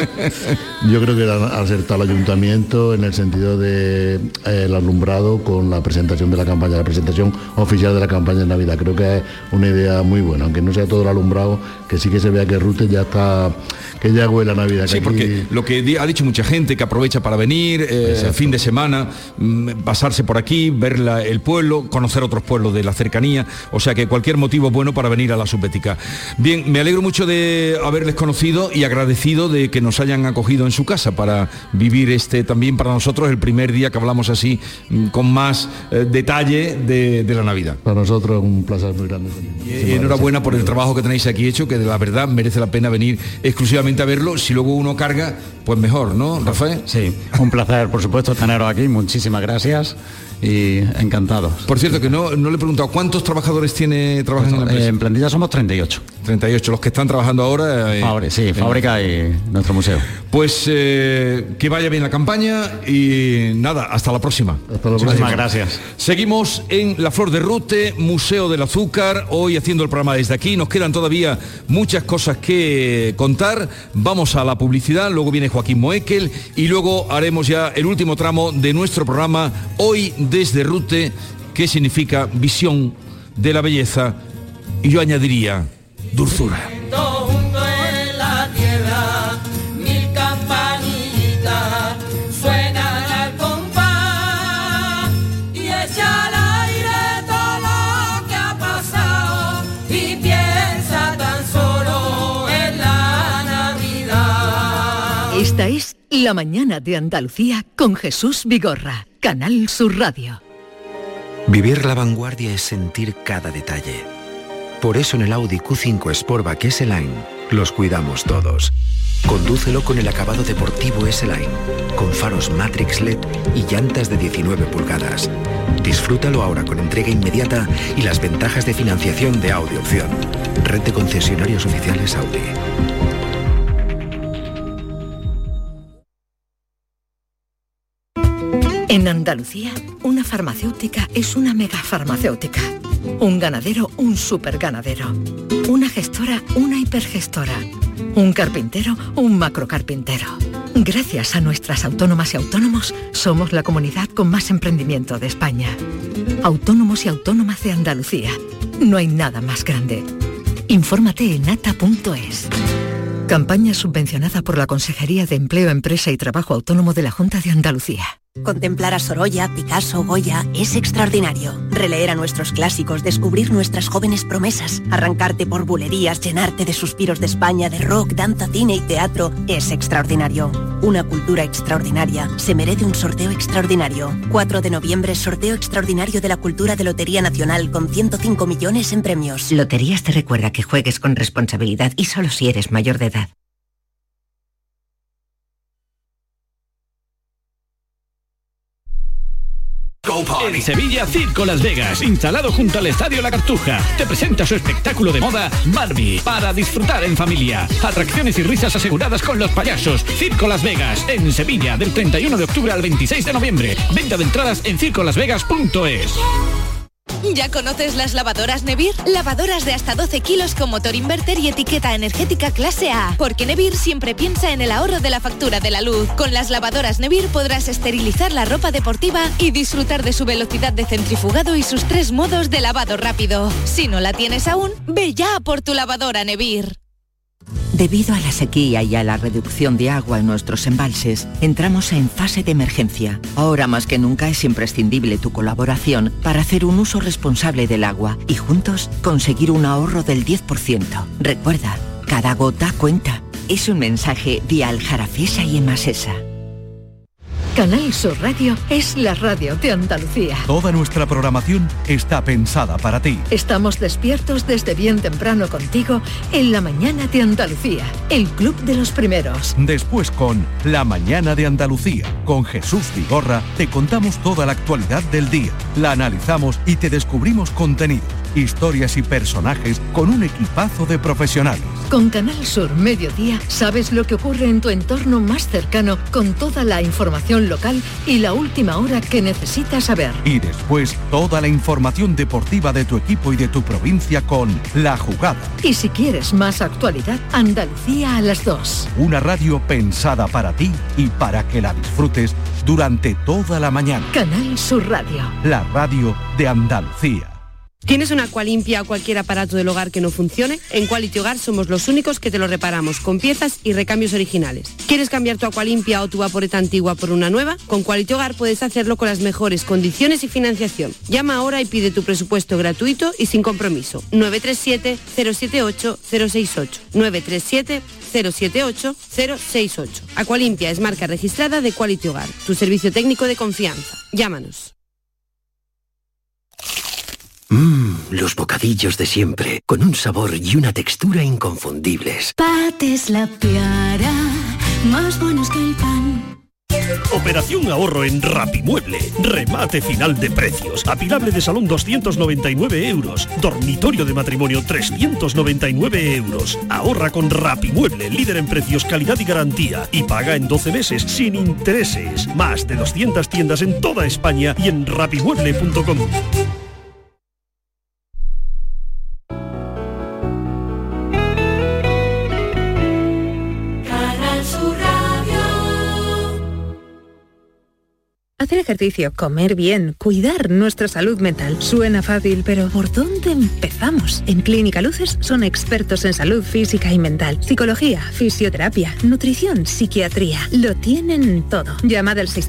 Yo creo que ha acertado el ayuntamiento en el sentido de el alumbrado con la presentación de la campaña, la presentación oficial de la campaña de Navidad. Creo que es una idea muy buena, aunque no sea todo el alumbrado, que sí que se vea que Rute ya está, que ya huele a Navidad. Sí, porque lo que ha dicho mucha gente, que aprovecha para venir, fin de semana, pasarse por aquí, ver el pueblo, conocer otros pueblos de la cercanía, o sea que cualquier motivo es bueno para venir a la Subbética. Bien, me alegro mucho de haberles conocido y agradecido de que nos hayan acogido en su casa para vivir también para nosotros el primer día que hablamos así con más detalle de la Navidad. Para nosotros un placer muy grande. Y enhorabuena por el trabajo que tenéis aquí hecho, que de la verdad merece la pena venir exclusivamente a verlo. Si luego uno carga, pues mejor, ¿no, Rafael? Sí, un placer, por supuesto, teneros aquí. Muchísimas gracias y encantados. Por cierto, que no le he preguntado, ¿cuántos trabajadores trabajan en la empresa? En plantilla somos 38. 38, los que están trabajando ahora. Fábrica y nuestro museo. Pues que vaya bien la campaña y nada, hasta la próxima. Muchísimas gracias. Seguimos en La Flor de Rute, Museo del Azúcar, hoy haciendo el programa desde aquí. Nos quedan todavía muchas cosas que contar. Vamos a la publicidad, luego viene Joaquín Moekel y luego haremos ya el último tramo de nuestro programa, hoy desde Rute, que significa visión de la belleza y yo añadiría dulzura. Esta es La Mañana de Andalucía con Jesús Vigorra, Canal Sur Radio. Vivir la vanguardia es sentir cada detalle. Por eso en el Audi Q5 Sportback S-Line los cuidamos todos. Condúcelo con el acabado deportivo S-Line, con faros Matrix LED y llantas de 19 pulgadas. Disfrútalo ahora con entrega inmediata y las ventajas de financiación de Audi Opción. Red de concesionarios oficiales Audi. En Andalucía, una farmacéutica es una megafarmacéutica. Un ganadero, un superganadero. Una gestora, una hipergestora. Un carpintero, un macrocarpintero. Gracias a nuestras autónomas y autónomos, somos la comunidad con más emprendimiento de España. Autónomos y autónomas de Andalucía. No hay nada más grande. Infórmate en ata.es. Campaña subvencionada por la Consejería de Empleo, Empresa y Trabajo Autónomo de la Junta de Andalucía. Contemplar a Sorolla, Picasso, Goya es extraordinario. Releer a nuestros clásicos, descubrir nuestras jóvenes promesas, arrancarte por bulerías, llenarte de suspiros de España, de rock, danza, cine y teatro es extraordinario. Una cultura extraordinaria se merece un sorteo extraordinario. 4 de noviembre, sorteo extraordinario de la cultura de Lotería Nacional con 105 millones en premios. Loterías te recuerda que juegues con responsabilidad y solo si eres mayor de edad. En Sevilla, Circo Las Vegas, instalado junto al Estadio La Cartuja, te presenta su espectáculo de moda Barbie, para disfrutar en familia. Atracciones y risas aseguradas con los payasos. Circo Las Vegas, en Sevilla, del 31 de octubre al 26 de noviembre. Venta de entradas en circolasvegas.es. ¿Ya conoces las lavadoras Nevir? Lavadoras de hasta 12 kilos con motor inverter y etiqueta energética clase A. Porque Nevir siempre piensa en el ahorro de la factura de la luz. Con las lavadoras Nevir podrás esterilizar la ropa deportiva y disfrutar de su velocidad de centrifugado y sus 3 modos de lavado rápido. Si no la tienes aún, ve ya por tu lavadora Nevir. Debido a la sequía y a la reducción de agua en nuestros embalses, entramos en fase de emergencia. Ahora más que nunca es imprescindible tu colaboración para hacer un uso responsable del agua y juntos conseguir un ahorro del 10%. Recuerda, cada gota cuenta. Es un mensaje de Aljarafesa y Emasesa. Canal Sur Radio es la radio de Andalucía. Toda nuestra programación está pensada para ti. Estamos despiertos desde bien temprano contigo en La Mañana de Andalucía, el club de los primeros. Después con La Mañana de Andalucía, con Jesús Vigorra, te contamos toda la actualidad del día, la analizamos y te descubrimos contenidos, historias y personajes con un equipazo de profesionales. Con Canal Sur Mediodía sabes lo que ocurre en tu entorno más cercano con toda la información local y la última hora que necesitas saber. Y después toda la información deportiva de tu equipo y de tu provincia con La Jugada. Y si quieres más actualidad, Andalucía a las 2. Una radio pensada para ti y para que la disfrutes durante toda la mañana. Canal Sur Radio. La radio de Andalucía. ¿Tienes una Aqualimpia o cualquier aparato del hogar que no funcione? En Quality Hogar somos los únicos que te lo reparamos con piezas y recambios originales. ¿Quieres cambiar tu Aqualimpia o tu vaporeta antigua por una nueva? Con Quality Hogar puedes hacerlo con las mejores condiciones y financiación. Llama ahora y pide tu presupuesto gratuito y sin compromiso. 937-078-068. 937-078-068. Aqualimpia es marca registrada de Quality Hogar, tu servicio técnico de confianza. Llámanos. Los bocadillos de siempre, con un sabor y una textura inconfundibles. Pates La Piara, más buenos que el pan. Operación ahorro en Rapimueble. Remate final de precios. Apilable de salón 299 euros. Dormitorio de matrimonio 399 euros. Ahorra con Rapimueble, líder en precios, calidad y garantía. Y paga en 12 meses sin intereses. Más de 200 tiendas en toda España y en rapimueble.com. Hacer ejercicio, comer bien, cuidar nuestra salud mental. Suena fácil, pero ¿por dónde empezamos? En Clínica Luces son expertos en salud física y mental, psicología, fisioterapia, nutrición, psiquiatría. Lo tienen todo. Llamad al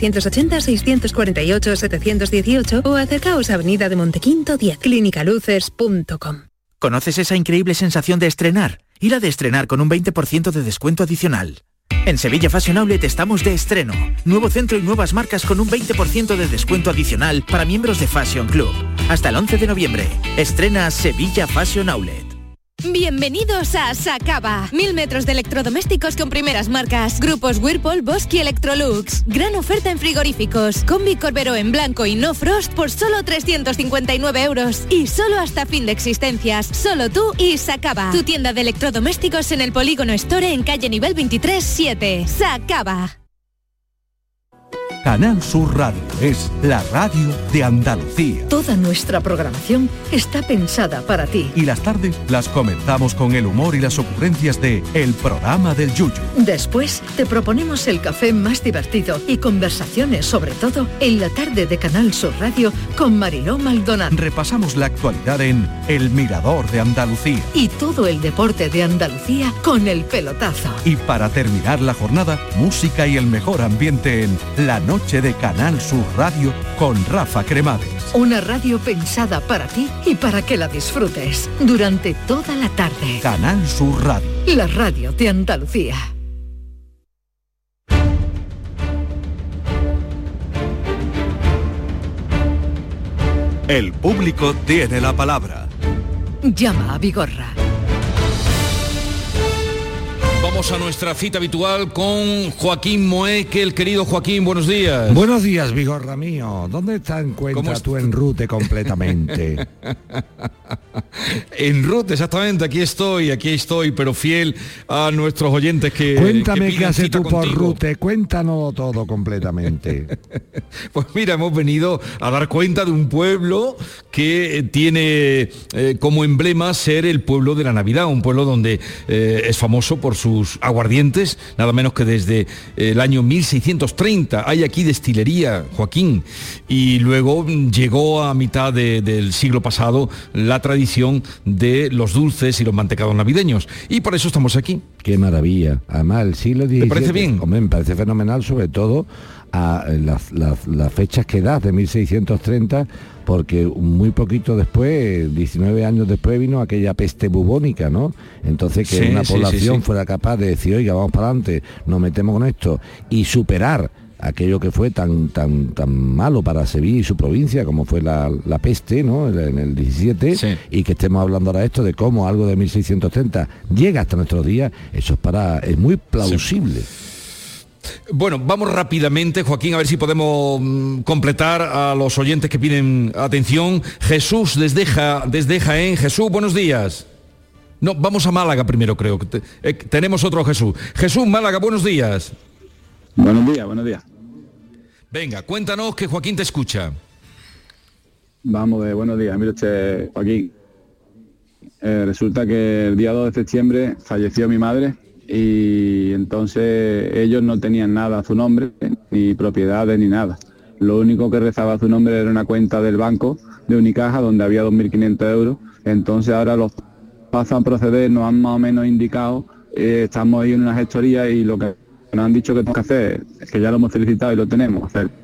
680-648-718 o acercaos a Avenida de Montequinto 10, clinicaluces.com. ¿Conoces esa increíble sensación de estrenar? Ir a de estrenar con un 20% de descuento adicional. En Sevilla Fashion Outlet estamos de estreno. Nuevo centro y nuevas marcas con un 20% de descuento adicional para miembros de Fashion Club. Hasta el 11 de noviembre. Estrena Sevilla Fashion Outlet. Bienvenidos a Sacaba. 1000 metros de electrodomésticos con primeras marcas. Grupos Whirlpool, Bosch y Electrolux. Gran oferta en frigoríficos. Combi Corberó en blanco y no frost por solo 359 euros. Y solo hasta fin de existencias. Solo tú y Sacaba. Tu tienda de electrodomésticos en el Polígono Store en calle nivel 23-7. Sacaba. Canal Sur Radio es la radio de Andalucía. Toda nuestra programación está pensada para ti. Y las tardes las comenzamos con el humor y las ocurrencias de El Programa del Yuyu. Después te proponemos el café más divertido y conversaciones sobre todo en la tarde de Canal Sur Radio con Mariló Maldonado. Repasamos la actualidad en El Mirador de Andalucía. Y todo el deporte de Andalucía con El Pelotazo. Y para terminar la jornada, música y el mejor ambiente en La Noche de Canal Sur Radio con Rafa Cremades. Una radio pensada para ti y para que la disfrutes durante toda la tarde. Canal Sur Radio. La radio de Andalucía. El público tiene la palabra. Llama a Vigorra. Vamos a nuestra cita habitual con Joaquín Moeque. El querido Joaquín, buenos días. Buenos días, Vigorra mío. ¿Dónde está en cuenta tu enrute completamente? En Ruth, exactamente, aquí estoy, pero fiel a nuestros oyentes que... Cuéntame qué haces tú por Rute, cuéntanos todo completamente. Pues mira, hemos venido a dar cuenta de un pueblo que tiene como emblema ser el pueblo de la Navidad, un pueblo donde es famoso por sus aguardientes, nada menos que desde el año 1630. Hay aquí destilería, Joaquín, y luego llegó a mitad del siglo pasado la tradición de los dulces y los mantecados navideños, y por eso estamos aquí. Qué maravilla. Además, el siglo XVII... ¿Te parece bien? Hombre, me parece fenomenal, sobre todo a las fechas que das de 1630, porque muy poquito después, 19 años después, vino aquella peste bubónica, ¿no? Entonces que una población fuera capaz de decir, oiga, vamos para adelante, nos metemos con esto, y superar aquello que fue tan malo para Sevilla y su provincia, como fue la peste, ¿no? En el 17, y que estemos hablando ahora de esto, de cómo algo de 1630 llega hasta nuestros días, eso es muy plausible. Bueno, vamos rápidamente, Joaquín, a ver si podemos completar a los oyentes que piden atención. Jesús desde Jaén. Jesús, buenos días. No, vamos a Málaga primero, creo. Tenemos otro Jesús. Jesús, Málaga, buenos días. Buenos días. Venga, cuéntanos que Joaquín te escucha. Vamos de buenos días. Mire usted, Joaquín. Resulta que el día 2 de septiembre falleció mi madre y entonces ellos no tenían nada a su nombre, ni propiedades ni nada. Lo único que rezaba a su nombre era una cuenta del banco de Unicaja donde había 2.500 euros. Entonces ahora los pasan a proceder, nos han más o menos indicado, estamos ahí en una gestoría y lo que nos han dicho que tenemos que hacer, es que ya lo hemos felicitado y lo tenemos que hacer.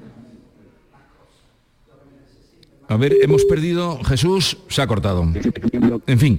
A ver, hemos perdido, Jesús, se ha cortado. En fin.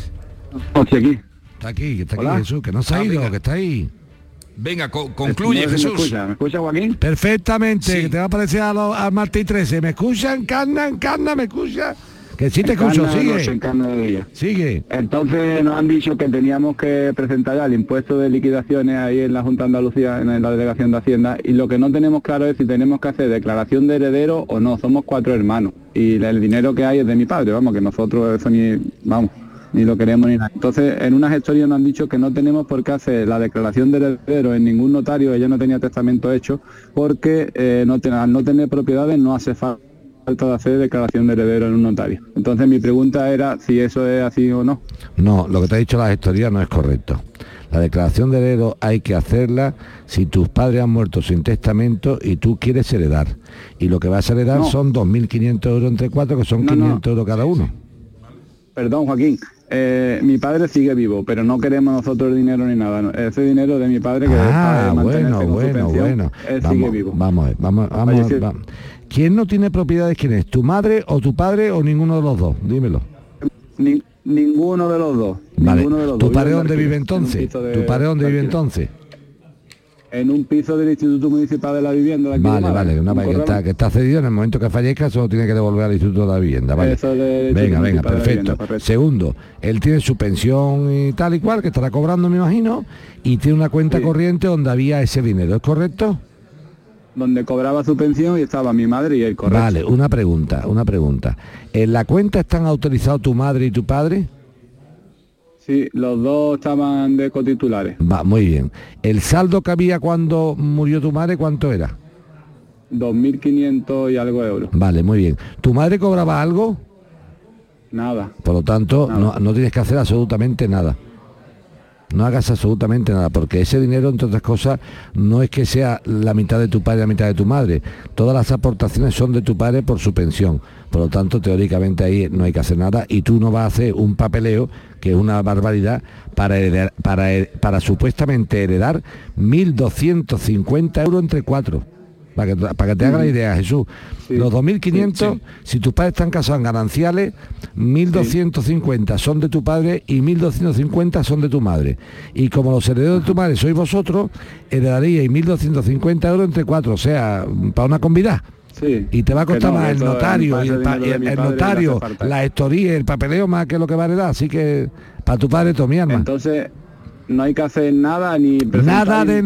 Está aquí Hola. Jesús, que no se ha ido, venga. Que está ahí. Venga, concluye, Jesús. ¿Me escucha, Joaquín? Perfectamente, Sí. que te va a parecer al Martí 13. ¿Me escuchan? Encarna, ¿me escucha? Que sí te escucho, sigue. Entonces nos han dicho que teníamos que presentar ya el impuesto de liquidaciones ahí en la Junta de Andalucía, en la Delegación de Hacienda, y lo que no tenemos claro es si tenemos que hacer declaración de heredero o no. Somos 4 hermanos y el dinero que hay es de mi padre, vamos, que nosotros eso ni lo queremos ni nada. Entonces en una gestoría nos han dicho que no tenemos por qué hacer la declaración de heredero en ningún notario. Ella no tenía testamento hecho porque al no tener propiedades no hace falta de hacer declaración de heredero en un notario. Entonces mi pregunta era si eso es así o no. No, lo que te ha dicho la gestoría no es correcto. La declaración de heredero hay que hacerla si tus padres han muerto sin testamento y tú quieres heredar. Y lo que vas a heredar son 2.500 euros entre 4, que son 500 euros cada uno. Perdón, Joaquín. Mi padre sigue vivo, pero no queremos nosotros dinero ni nada. ¿No? Ese dinero de mi padre que bueno. Él sigue vivo. Vamos. ¿Quién no tiene propiedades? ¿Quién es? ¿Tu madre o tu padre o ninguno de los dos? Dímelo. Ninguno de los dos. Vale. Ninguno de los ¿Tu dos. padre dónde vive entonces? ¿Tu padre dónde vive entonces? En un piso del Instituto Municipal de la Vivienda de aquí de Málaga. que está cedido, en el momento que fallezca solo tiene que devolver al Instituto de la Vivienda, ¿vale? Venga, perfecto. Segundo, él tiene su pensión y tal y cual, que estará cobrando, me imagino, y tiene una cuenta corriente donde había ese dinero, ¿es correcto? Donde cobraba su pensión y estaba mi madre y él, correcto. Vale, una pregunta. ¿En la cuenta están autorizados tu madre y tu padre? Sí, los dos estaban de cotitulares. Va, muy bien. ¿El saldo que había cuando murió tu madre, cuánto era? 2.500 y algo euros. Vale, muy bien. ¿Tu madre cobraba algo? Nada. Por lo tanto, no tienes que hacer absolutamente nada. No hagas absolutamente nada, porque ese dinero, entre otras cosas, no es que sea la mitad de tu padre y la mitad de tu madre. Todas las aportaciones son de tu padre por su pensión. Por lo tanto, teóricamente ahí no hay que hacer nada y tú no vas a hacer un papeleo, que es una barbaridad, para supuestamente heredar 1.250 euros entre 4. Para que te haga la idea, Jesús. Sí. Los 2.500, si tus padres están casados en gananciales, 1.250 son de tu padre y 1.250 son de tu madre. Y como los herederos de tu madre sois vosotros, heredaríais 1.250 euros entre 4, o sea, para una convidad. Sí. Y te va a costar más el notario, el notario, la gestoría, el papeleo, más que lo que va a heredar. Así que para tu padre, todo mi alma. Entonces, no hay que hacer nada, ni nada de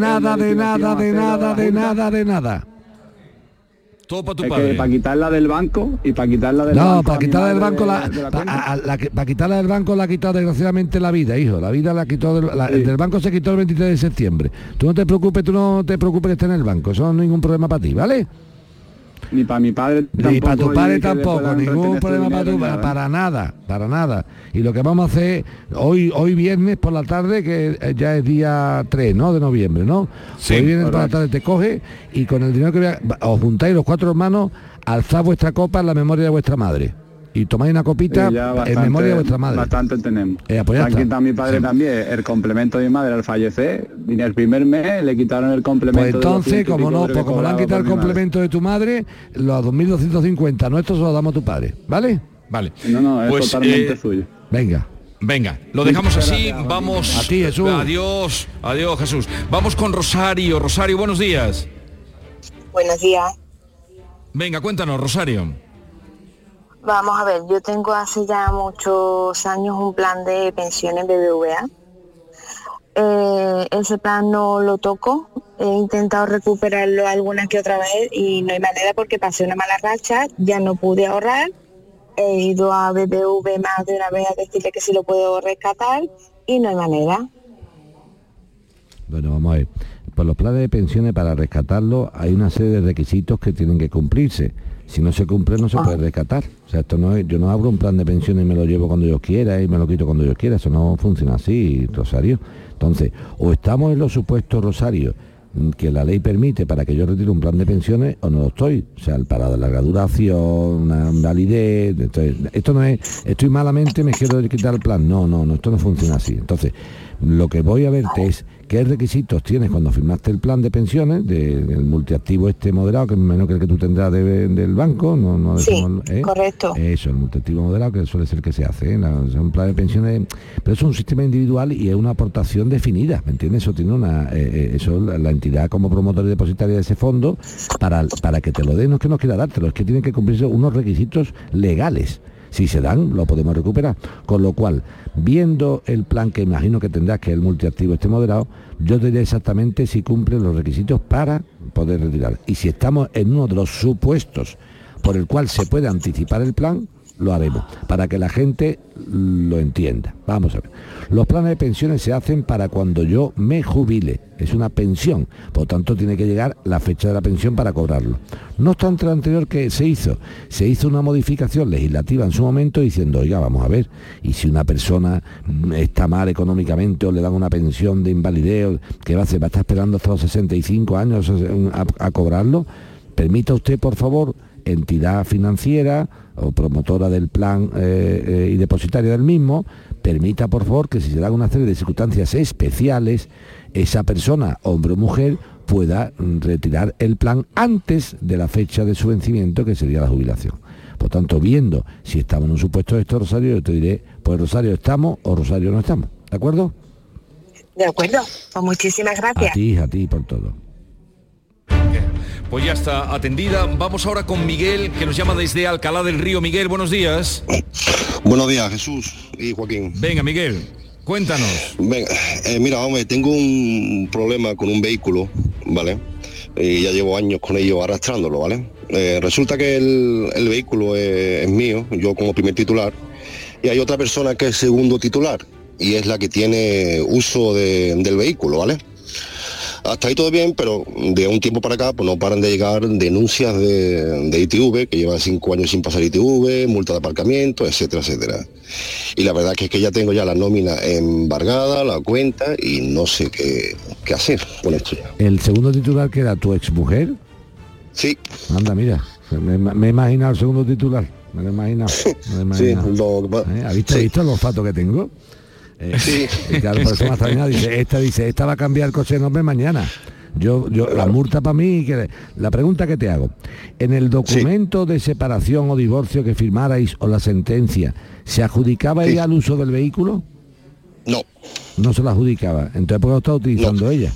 nada. Todo para tu padre. Para quitarla del banco y para quitarla del banco. No, para quitarla del banco para quitarla del banco la ha quitado desgraciadamente la vida, hijo. La vida la quitó del banco, se quitó el 23 de septiembre. Tú no te preocupes que esté en el banco. Eso no es ningún problema para ti, ¿vale? Ni para mi padre tampoco. Ni para tu padre tampoco, ningún problema para nada. Y lo que vamos a hacer hoy viernes por la tarde, que ya es día 3, ¿no? De noviembre, ¿no? Sí, hoy viernes por la tarde te coge y con el dinero que os juntáis los 4 hermanos, alzad vuestra copa en la memoria de vuestra madre. Y tomáis una copita en memoria de vuestra madre. Bastante tenemos. Pues han quitado a mi padre también el complemento de mi madre al fallecer. Y el primer mes le quitaron el complemento. Pues entonces, como le han quitado el complemento de tu madre, los 2.250 nuestros se los damos a tu padre, ¿vale? Vale. No, es totalmente suyo. Venga, lo dejamos así, vamos. A ti, Jesús. Adiós, Jesús. Vamos con Rosario. Rosario, buenos días. Buenos días. Venga, cuéntanos, Rosario. Vamos a ver, yo tengo hace ya muchos años un plan de pensión en BBVA. Ese plan no lo toco, he intentado recuperarlo alguna que otra vez y no hay manera porque pasé una mala racha, ya no pude ahorrar, he ido a BBV más de una vez a decirle que si lo puedo rescatar y no hay manera. Bueno, vamos a ver, por los planes de pensiones para rescatarlo hay una serie de requisitos que tienen que cumplirse. Si no se cumple no se puede rescatar. O sea, esto no es, yo no abro un plan de pensiones y me lo llevo cuando yo quiera y me lo quito cuando yo quiera. Eso no funciona así, Rosario. Entonces, o estamos en los supuestos, Rosario, que la ley permite para que yo retire un plan de pensiones, o no lo estoy. O sea, para larga duración, una validez. Entonces, esto no es, estoy malamente, me quiero quitar el plan. No, esto no funciona así. Entonces, lo que voy a verte es qué requisitos tienes cuando firmaste el plan de pensiones, del multiactivo moderado, que es menos que el que tú tendrás del banco, sí, correcto. Eso, el multiactivo moderado, que suele ser el que se hace, es un plan de pensiones, pero es un sistema individual y es una aportación definida, ¿me entiendes? Eso tiene la entidad como promotora y depositaria de ese fondo, para que te lo den, no es que no quiera dártelo, es que tienen que cumplirse unos requisitos legales. Si se dan, lo podemos recuperar. Con lo cual, viendo el plan que imagino que tendrás, que es el multiactivo moderado, yo te diré exactamente si cumple los requisitos para poder retirar. Y si estamos en uno de los supuestos por el cual se puede anticipar el plan, lo haremos, para que la gente lo entienda. Vamos a ver. Los planes de pensiones se hacen para cuando yo me jubile. Es una pensión, por lo tanto tiene que llegar la fecha de la pensión para cobrarlo. No obstante lo anterior que se hizo una modificación legislativa en su momento diciendo, oiga, vamos a ver, y si una persona está mal económicamente o le dan una pensión de invalidez, ¿qué va a hacer? ¿Va a estar esperando hasta los 65 años a cobrarlo? Permita usted, por favor, entidad financiera o promotora del plan y depositaria del mismo, permita por favor que si se dan una serie de circunstancias especiales, esa persona, hombre o mujer, pueda retirar el plan antes de la fecha de su vencimiento, que sería la jubilación. Por tanto, viendo si estamos en un supuesto de esto, Rosario, yo te diré, pues Rosario estamos o Rosario no estamos, ¿de acuerdo? De acuerdo, pues muchísimas gracias. A ti por todo. Pues ya está atendida. Vamos ahora con Miguel, que nos llama desde Alcalá del Río. Miguel, buenos días. Buenos días, Jesús y Joaquín. Venga, Miguel, cuéntanos. Venga, mira, hombre, tengo un problema con un vehículo, ¿vale? Y ya llevo años con ello arrastrándolo, ¿vale? Resulta que el vehículo es mío, yo como primer titular, y hay otra persona que es segundo titular, y es la que tiene uso del vehículo, ¿vale? hasta ahí todo bien, pero de un tiempo para acá pues no paran de llegar denuncias de ITV, que lleva 5 años sin pasar ITV, multa de aparcamiento, etcétera, etcétera. Y la verdad que es que ya tengo ya la nómina embargada, la cuenta, y no sé qué hacer con esto ya. ¿El segundo titular que era tu exmujer? Sí. Anda, mira, me he imaginado el segundo titular. Me lo he imaginado. Sí, ¿Has visto el olfato que tengo? Sí. Claro, por eso me ha extrañado. Dice, esta va a cambiar el coche de nombre mañana. Yo la multa para mí, la pregunta que te hago, en el documento de separación o divorcio que firmarais o la sentencia, ¿se adjudicaba ella el uso del vehículo? No. No se la adjudicaba. Entonces, ¿por qué lo está utilizando ella?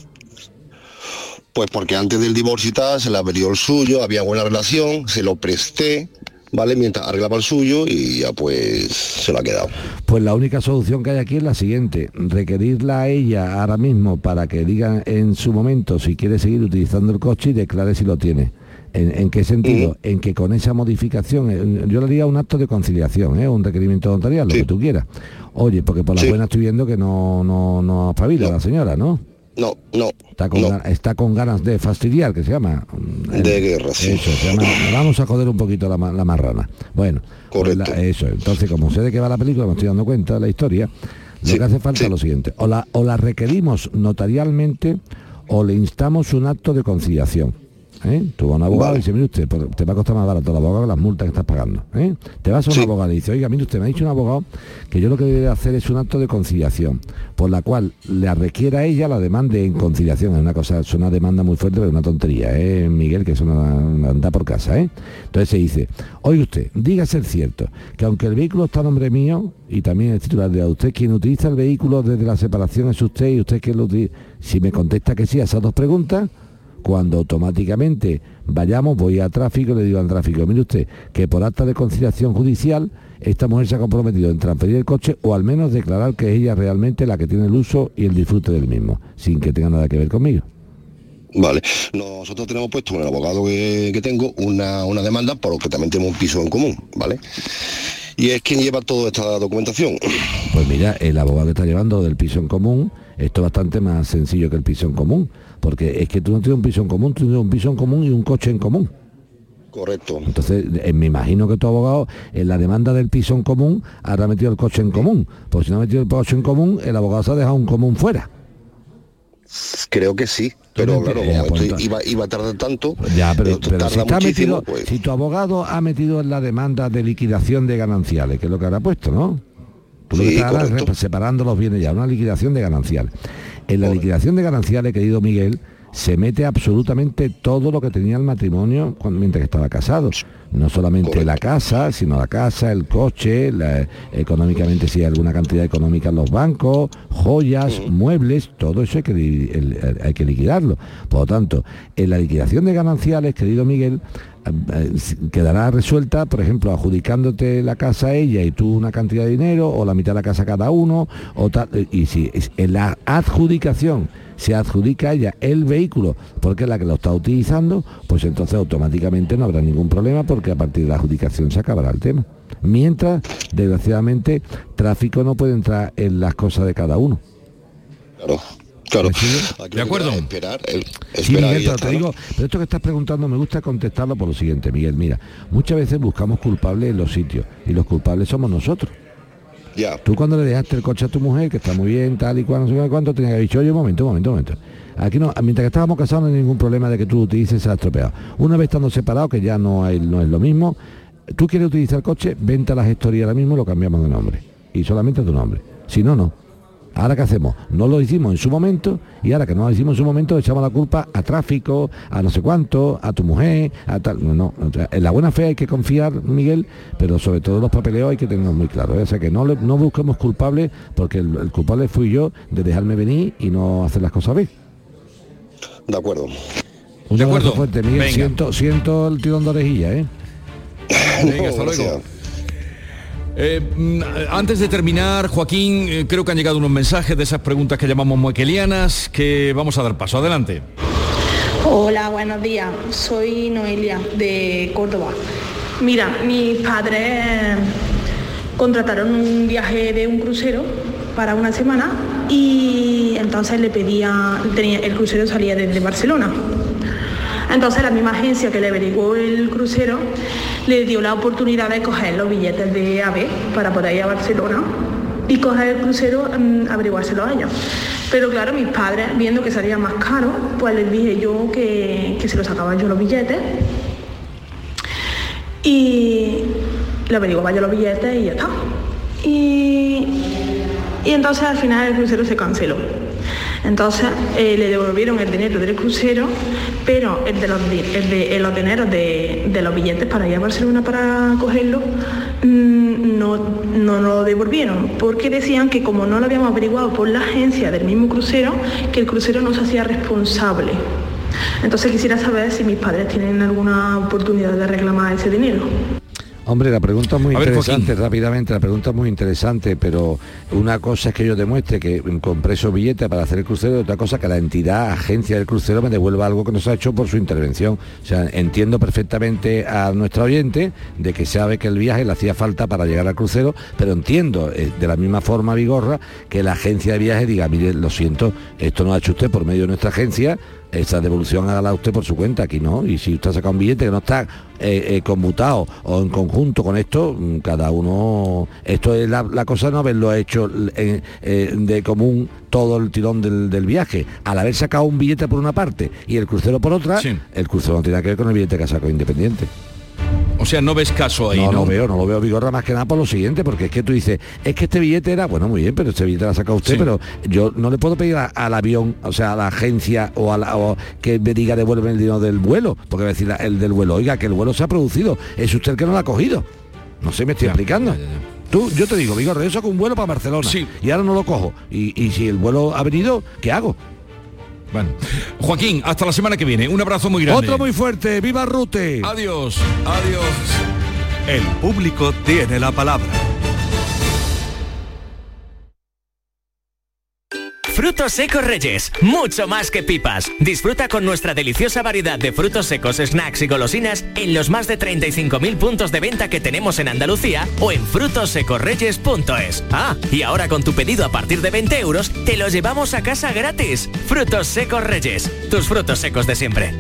Pues porque antes del divorcio y tal, se le averió el suyo, había buena relación, se lo presté, ¿vale? Mientras arreglaba el suyo y ya pues se lo ha quedado. Pues la única solución que hay aquí es la siguiente: requerirla a ella ahora mismo para que diga en su momento si quiere seguir utilizando el coche y declare si lo tiene. ¿En qué sentido? En que con esa modificación, yo le haría un acto de conciliación, un requerimiento notarial, lo que tú quieras. Oye, porque por la buena estoy viendo que no espabila la señora, ¿no? No. Está con ganas de fastidiar, que se llama. De guerra, sí. Eso, se llama, vamos a joder un poquito la marrana. Bueno, correcto. Pues eso. Entonces, como sé de qué va la película, me estoy dando cuenta de la historia, lo que hace falta es lo siguiente. O la requerimos notarialmente o le instamos un acto de conciliación. Tú vas a un abogado y dice, mire usted, te va a costar más barato el abogado que las multas que estás pagando. Te vas a un abogado y dice, oiga, mire usted, me ha dicho un abogado que yo lo que debe hacer es un acto de conciliación, por la cual le requiera a ella la demanda en conciliación. Es una cosa, es una demanda muy fuerte, pero una tontería, Miguel, que es una anda por casa, Entonces se dice, oiga usted, dígase el cierto, que aunque el vehículo está a nombre mío, y también el titular de usted, quien utiliza el vehículo desde la separación es usted, y usted quien lo utiliza. Si me contesta que sí a esas dos preguntas, cuando automáticamente voy a tráfico y le digo al tráfico, mire usted, que por acta de conciliación judicial esta mujer se ha comprometido en transferir el coche o al menos declarar que es ella realmente la que tiene el uso y el disfrute del mismo, sin que tenga nada que ver conmigo. Vale, nosotros tenemos puesto con el abogado que tengo una demanda porque también tenemos un piso en común, ¿vale? Y es quien lleva toda esta documentación. Pues mira, el abogado que está llevando del piso en común, esto es bastante más sencillo que el piso en común, porque es que tú no tienes un piso en común, tú tienes un piso en común y un coche en común. Correcto. Entonces, me imagino que tu abogado, en la demanda del piso en común, habrá metido el coche en común. Pues si no ha metido el coche en común, el abogado se ha dejado un común fuera. Creo que sí, pero claro, como esto iba a tardar tanto. Ya, pero si está metido, pues... si tu abogado ha metido en la demanda de liquidación de gananciales, que es lo que habrá puesto, ¿no? Tú lo que estás separando los bienes ya, una liquidación de gananciales. En la liquidación de gananciales, querido Miguel, se mete absolutamente todo lo que tenía el matrimonio mientras estaba casado. No solamente la casa, sino la casa, el coche, económicamente si hay alguna cantidad económica en los bancos, joyas, muebles, todo eso hay que liquidarlo. Por lo tanto, en la liquidación de gananciales, querido Miguel, quedará resuelta, por ejemplo, adjudicándote la casa a ella y tú una cantidad de dinero, o la mitad de la casa cada uno, o tal, y si en la adjudicación se adjudica a ella el vehículo porque es la que lo está utilizando, pues entonces automáticamente no habrá ningún problema porque a partir de la adjudicación se acabará el tema. Mientras, desgraciadamente, tráfico no puede entrar en las cosas de cada uno. Claro. De acuerdo. Esperar sí, Miguel, pero te digo, pero esto que estás preguntando me gusta contestarlo por lo siguiente, Miguel. Mira, muchas veces buscamos culpables en los sitios y los culpables somos nosotros. Ya. Tú cuando le dejaste el coche a tu mujer, que está muy bien, tal y cual, no sé cuánto, tenía que haber dicho, oye, un momento. Aquí no, mientras que estábamos casados no hay ningún problema de que tú lo utilices, se ha estropeado. Una vez estando separados, que ya no es lo mismo, tú quieres utilizar el coche, vente a la gestoría ahora mismo y lo cambiamos de nombre. Y solamente a tu nombre. Si no, no. Ahora, ¿qué hacemos? No lo hicimos en su momento y ahora que no lo hicimos en su momento echamos la culpa a tráfico, a no sé cuánto, a tu mujer, a tal. No, en la buena fe hay que confiar, Miguel, pero sobre todo los papeleos hay que tenerlos muy claros. O sea que no busquemos culpables porque el culpable fui yo de dejarme venir y no hacer las cosas bien. De acuerdo. Un abrazo fuerte, Miguel. Siento el tirón de orejilla, Venga, hasta luego. Antes de terminar, Joaquín, creo que han llegado unos mensajes de esas preguntas que llamamos moekelianas que vamos a dar paso. Adelante. Hola, buenos días. Soy Noelia de Córdoba. Mira, mis padres contrataron un viaje de un crucero para una semana y entonces le pedía, el crucero salía desde Barcelona. Entonces la misma agencia que le averiguó el crucero le dio la oportunidad de coger los billetes de AVE para poder ir a Barcelona y coger el crucero, averiguárselo a ellos. Pero claro, mis padres, viendo que salía más caro, pues les dije yo que se los sacaba yo los billetes y le averiguaba yo los billetes y ya está. Y entonces al final el crucero se canceló. Entonces le devolvieron el dinero del crucero, pero el de los dineros de los billetes para ir a Barcelona para cogerlo no lo devolvieron, porque decían que como no lo habíamos averiguado por la agencia del mismo crucero, que el crucero no se hacía responsable. Entonces quisiera saber si mis padres tienen alguna oportunidad de reclamar ese dinero. Hombre, la pregunta es muy interesante, Joaquín. rápidamente, la pregunta es muy interesante, pero una cosa es que yo demuestre que compré esos billetes para hacer el crucero y otra cosa que la entidad, agencia del crucero me devuelva algo que nos ha hecho por su intervención. O sea, entiendo perfectamente a nuestro oyente de que sabe que el viaje le hacía falta para llegar al crucero, pero entiendo de la misma forma, Vigorra, que la agencia de viajes diga, mire, lo siento, esto no lo ha hecho usted por medio de nuestra agencia, esa devolución hágala usted por su cuenta, aquí no. Y si usted saca un billete que no está conmutado o en conjunto con esto, cada uno, esto es la cosa, no haberlo hecho de común todo el tirón del viaje. Al haber sacado un billete por una parte y el crucero por otra, sí. El crucero no tiene nada que ver con el billete que ha sacado Independiente. O sea, no ves caso ahí, ¿no? No lo veo, Vigorra, más que nada por lo siguiente, porque es que tú dices, es que este billete era, bueno, muy bien, pero este billete lo ha sacado usted, sí. Pero yo no le puedo pedir al avión, o sea, a la agencia o que me diga devuelve el dinero del vuelo, porque va a decir el del vuelo, oiga, que el vuelo se ha producido, es usted el que no lo ha cogido. No sé, me estoy explicando. Yo te digo, Vigorra, yo saco un vuelo para Barcelona, sí. Y ahora no lo cojo. Y si el vuelo ha venido, ¿qué hago? Bueno. Joaquín, hasta la semana que viene. Un abrazo muy grande. Otro muy fuerte. ¡Viva Rute! Adiós. Adiós. El público tiene la palabra. Frutos secos Reyes, mucho más que pipas. Disfruta con nuestra deliciosa variedad de frutos secos, snacks y golosinas en los más de 35.000 puntos de venta que tenemos en Andalucía o en frutosecorreyes.es. Ah, y ahora con tu pedido a partir de 20 euros, te lo llevamos a casa gratis. Frutos secos Reyes, tus frutos secos de siempre.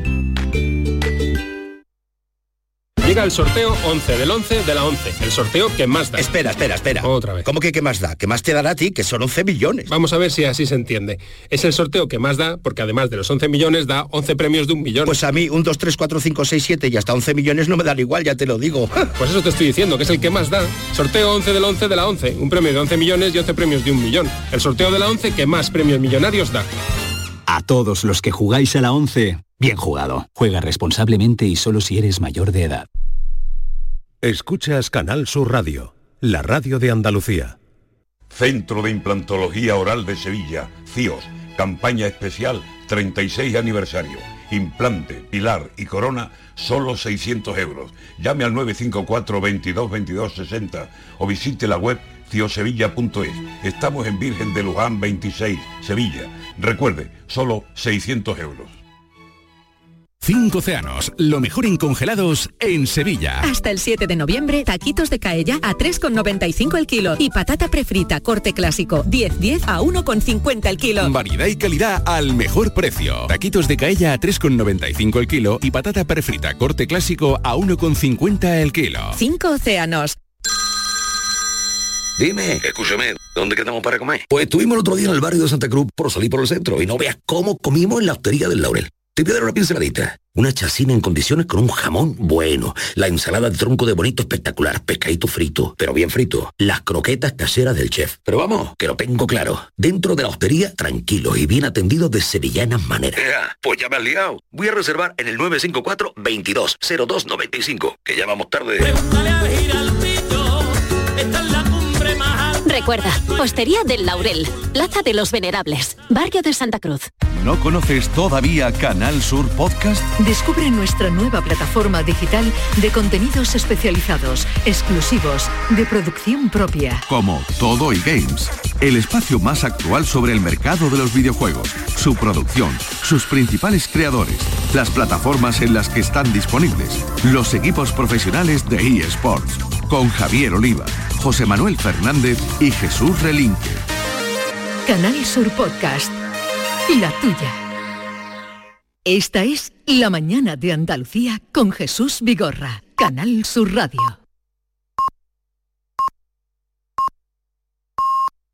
Llega el sorteo 11 del 11 de la 11, el sorteo que más da. Espera. Otra vez. ¿Cómo que más da? ¿Qué más te dará a ti? Que son 11 millones. Vamos a ver si así se entiende. Es el sorteo que más da, porque además de los 11 millones da 11 premios de 1 millón. Pues a mí 1, 2, 3, 4, 5, 6, 7 y hasta 11 millones no me dan igual, ya te lo digo. Pues eso te estoy diciendo, que es el que más da. Sorteo 11 del 11 de la 11, un premio de 11 millones y 11 premios de 1 millón. El sorteo de la 11 que más premios millonarios da. A todos los que jugáis a la 11, bien jugado. Juega responsablemente y solo si eres mayor de edad. Escuchas Canal Sur Radio, la radio de Andalucía. Centro de Implantología Oral de Sevilla, CIOS, campaña especial 36 aniversario. Implante, pilar y corona, solo 600 euros. Llame al 954 22 22 60 o visite la web ciosevilla.es. Estamos en Virgen de Luján 26, Sevilla. Recuerde, solo 600 euros. 5 océanos, lo mejor en congelados en Sevilla. Hasta el 7 de noviembre, taquitos de caella a 3,95 el kilo y patata prefrita corte clásico 10-10 a 1,50 el kilo. Variedad y calidad al mejor precio. Taquitos de caella a 3,95 el kilo y patata prefrita corte clásico a 1,50 el kilo. 5 océanos. Dime, escúchame, ¿dónde quedamos para comer? Pues estuvimos el otro día en el barrio de Santa Cruz por salir por el centro y no veas cómo comimos en la hostería del Laurel. Te voy a dar una pinceladita. Una chacina en condiciones con un jamón bueno. La ensalada de tronco de bonito espectacular. Pescadito frito, pero bien frito. Las croquetas caseras del chef. Pero vamos, que lo tengo claro. Dentro de la hostería, tranquilos y bien atendidos de sevillanas maneras. Pues ya me has liado. Voy a reservar en el 954 22 02 95. Que ya vamos tarde. Pregúntale al Giraldito, esta es la cumbre más alta. Recuerda, Hostería del Laurel, Plaza de los Venerables, Barrio de Santa Cruz. ¿No conoces todavía Canal Sur Podcast? Descubre nuestra nueva plataforma digital de contenidos especializados, exclusivos, de producción propia. Como Todo y Games, el espacio más actual sobre el mercado de los videojuegos, su producción, sus principales creadores, las plataformas en las que están disponibles, los equipos profesionales de eSports, con Javier Oliva, José Manuel Fernández y Jesús Relinque. Canal Sur Podcast. La tuya. Esta es La mañana de Andalucía con Jesús Vigorra. Canal Sur Radio.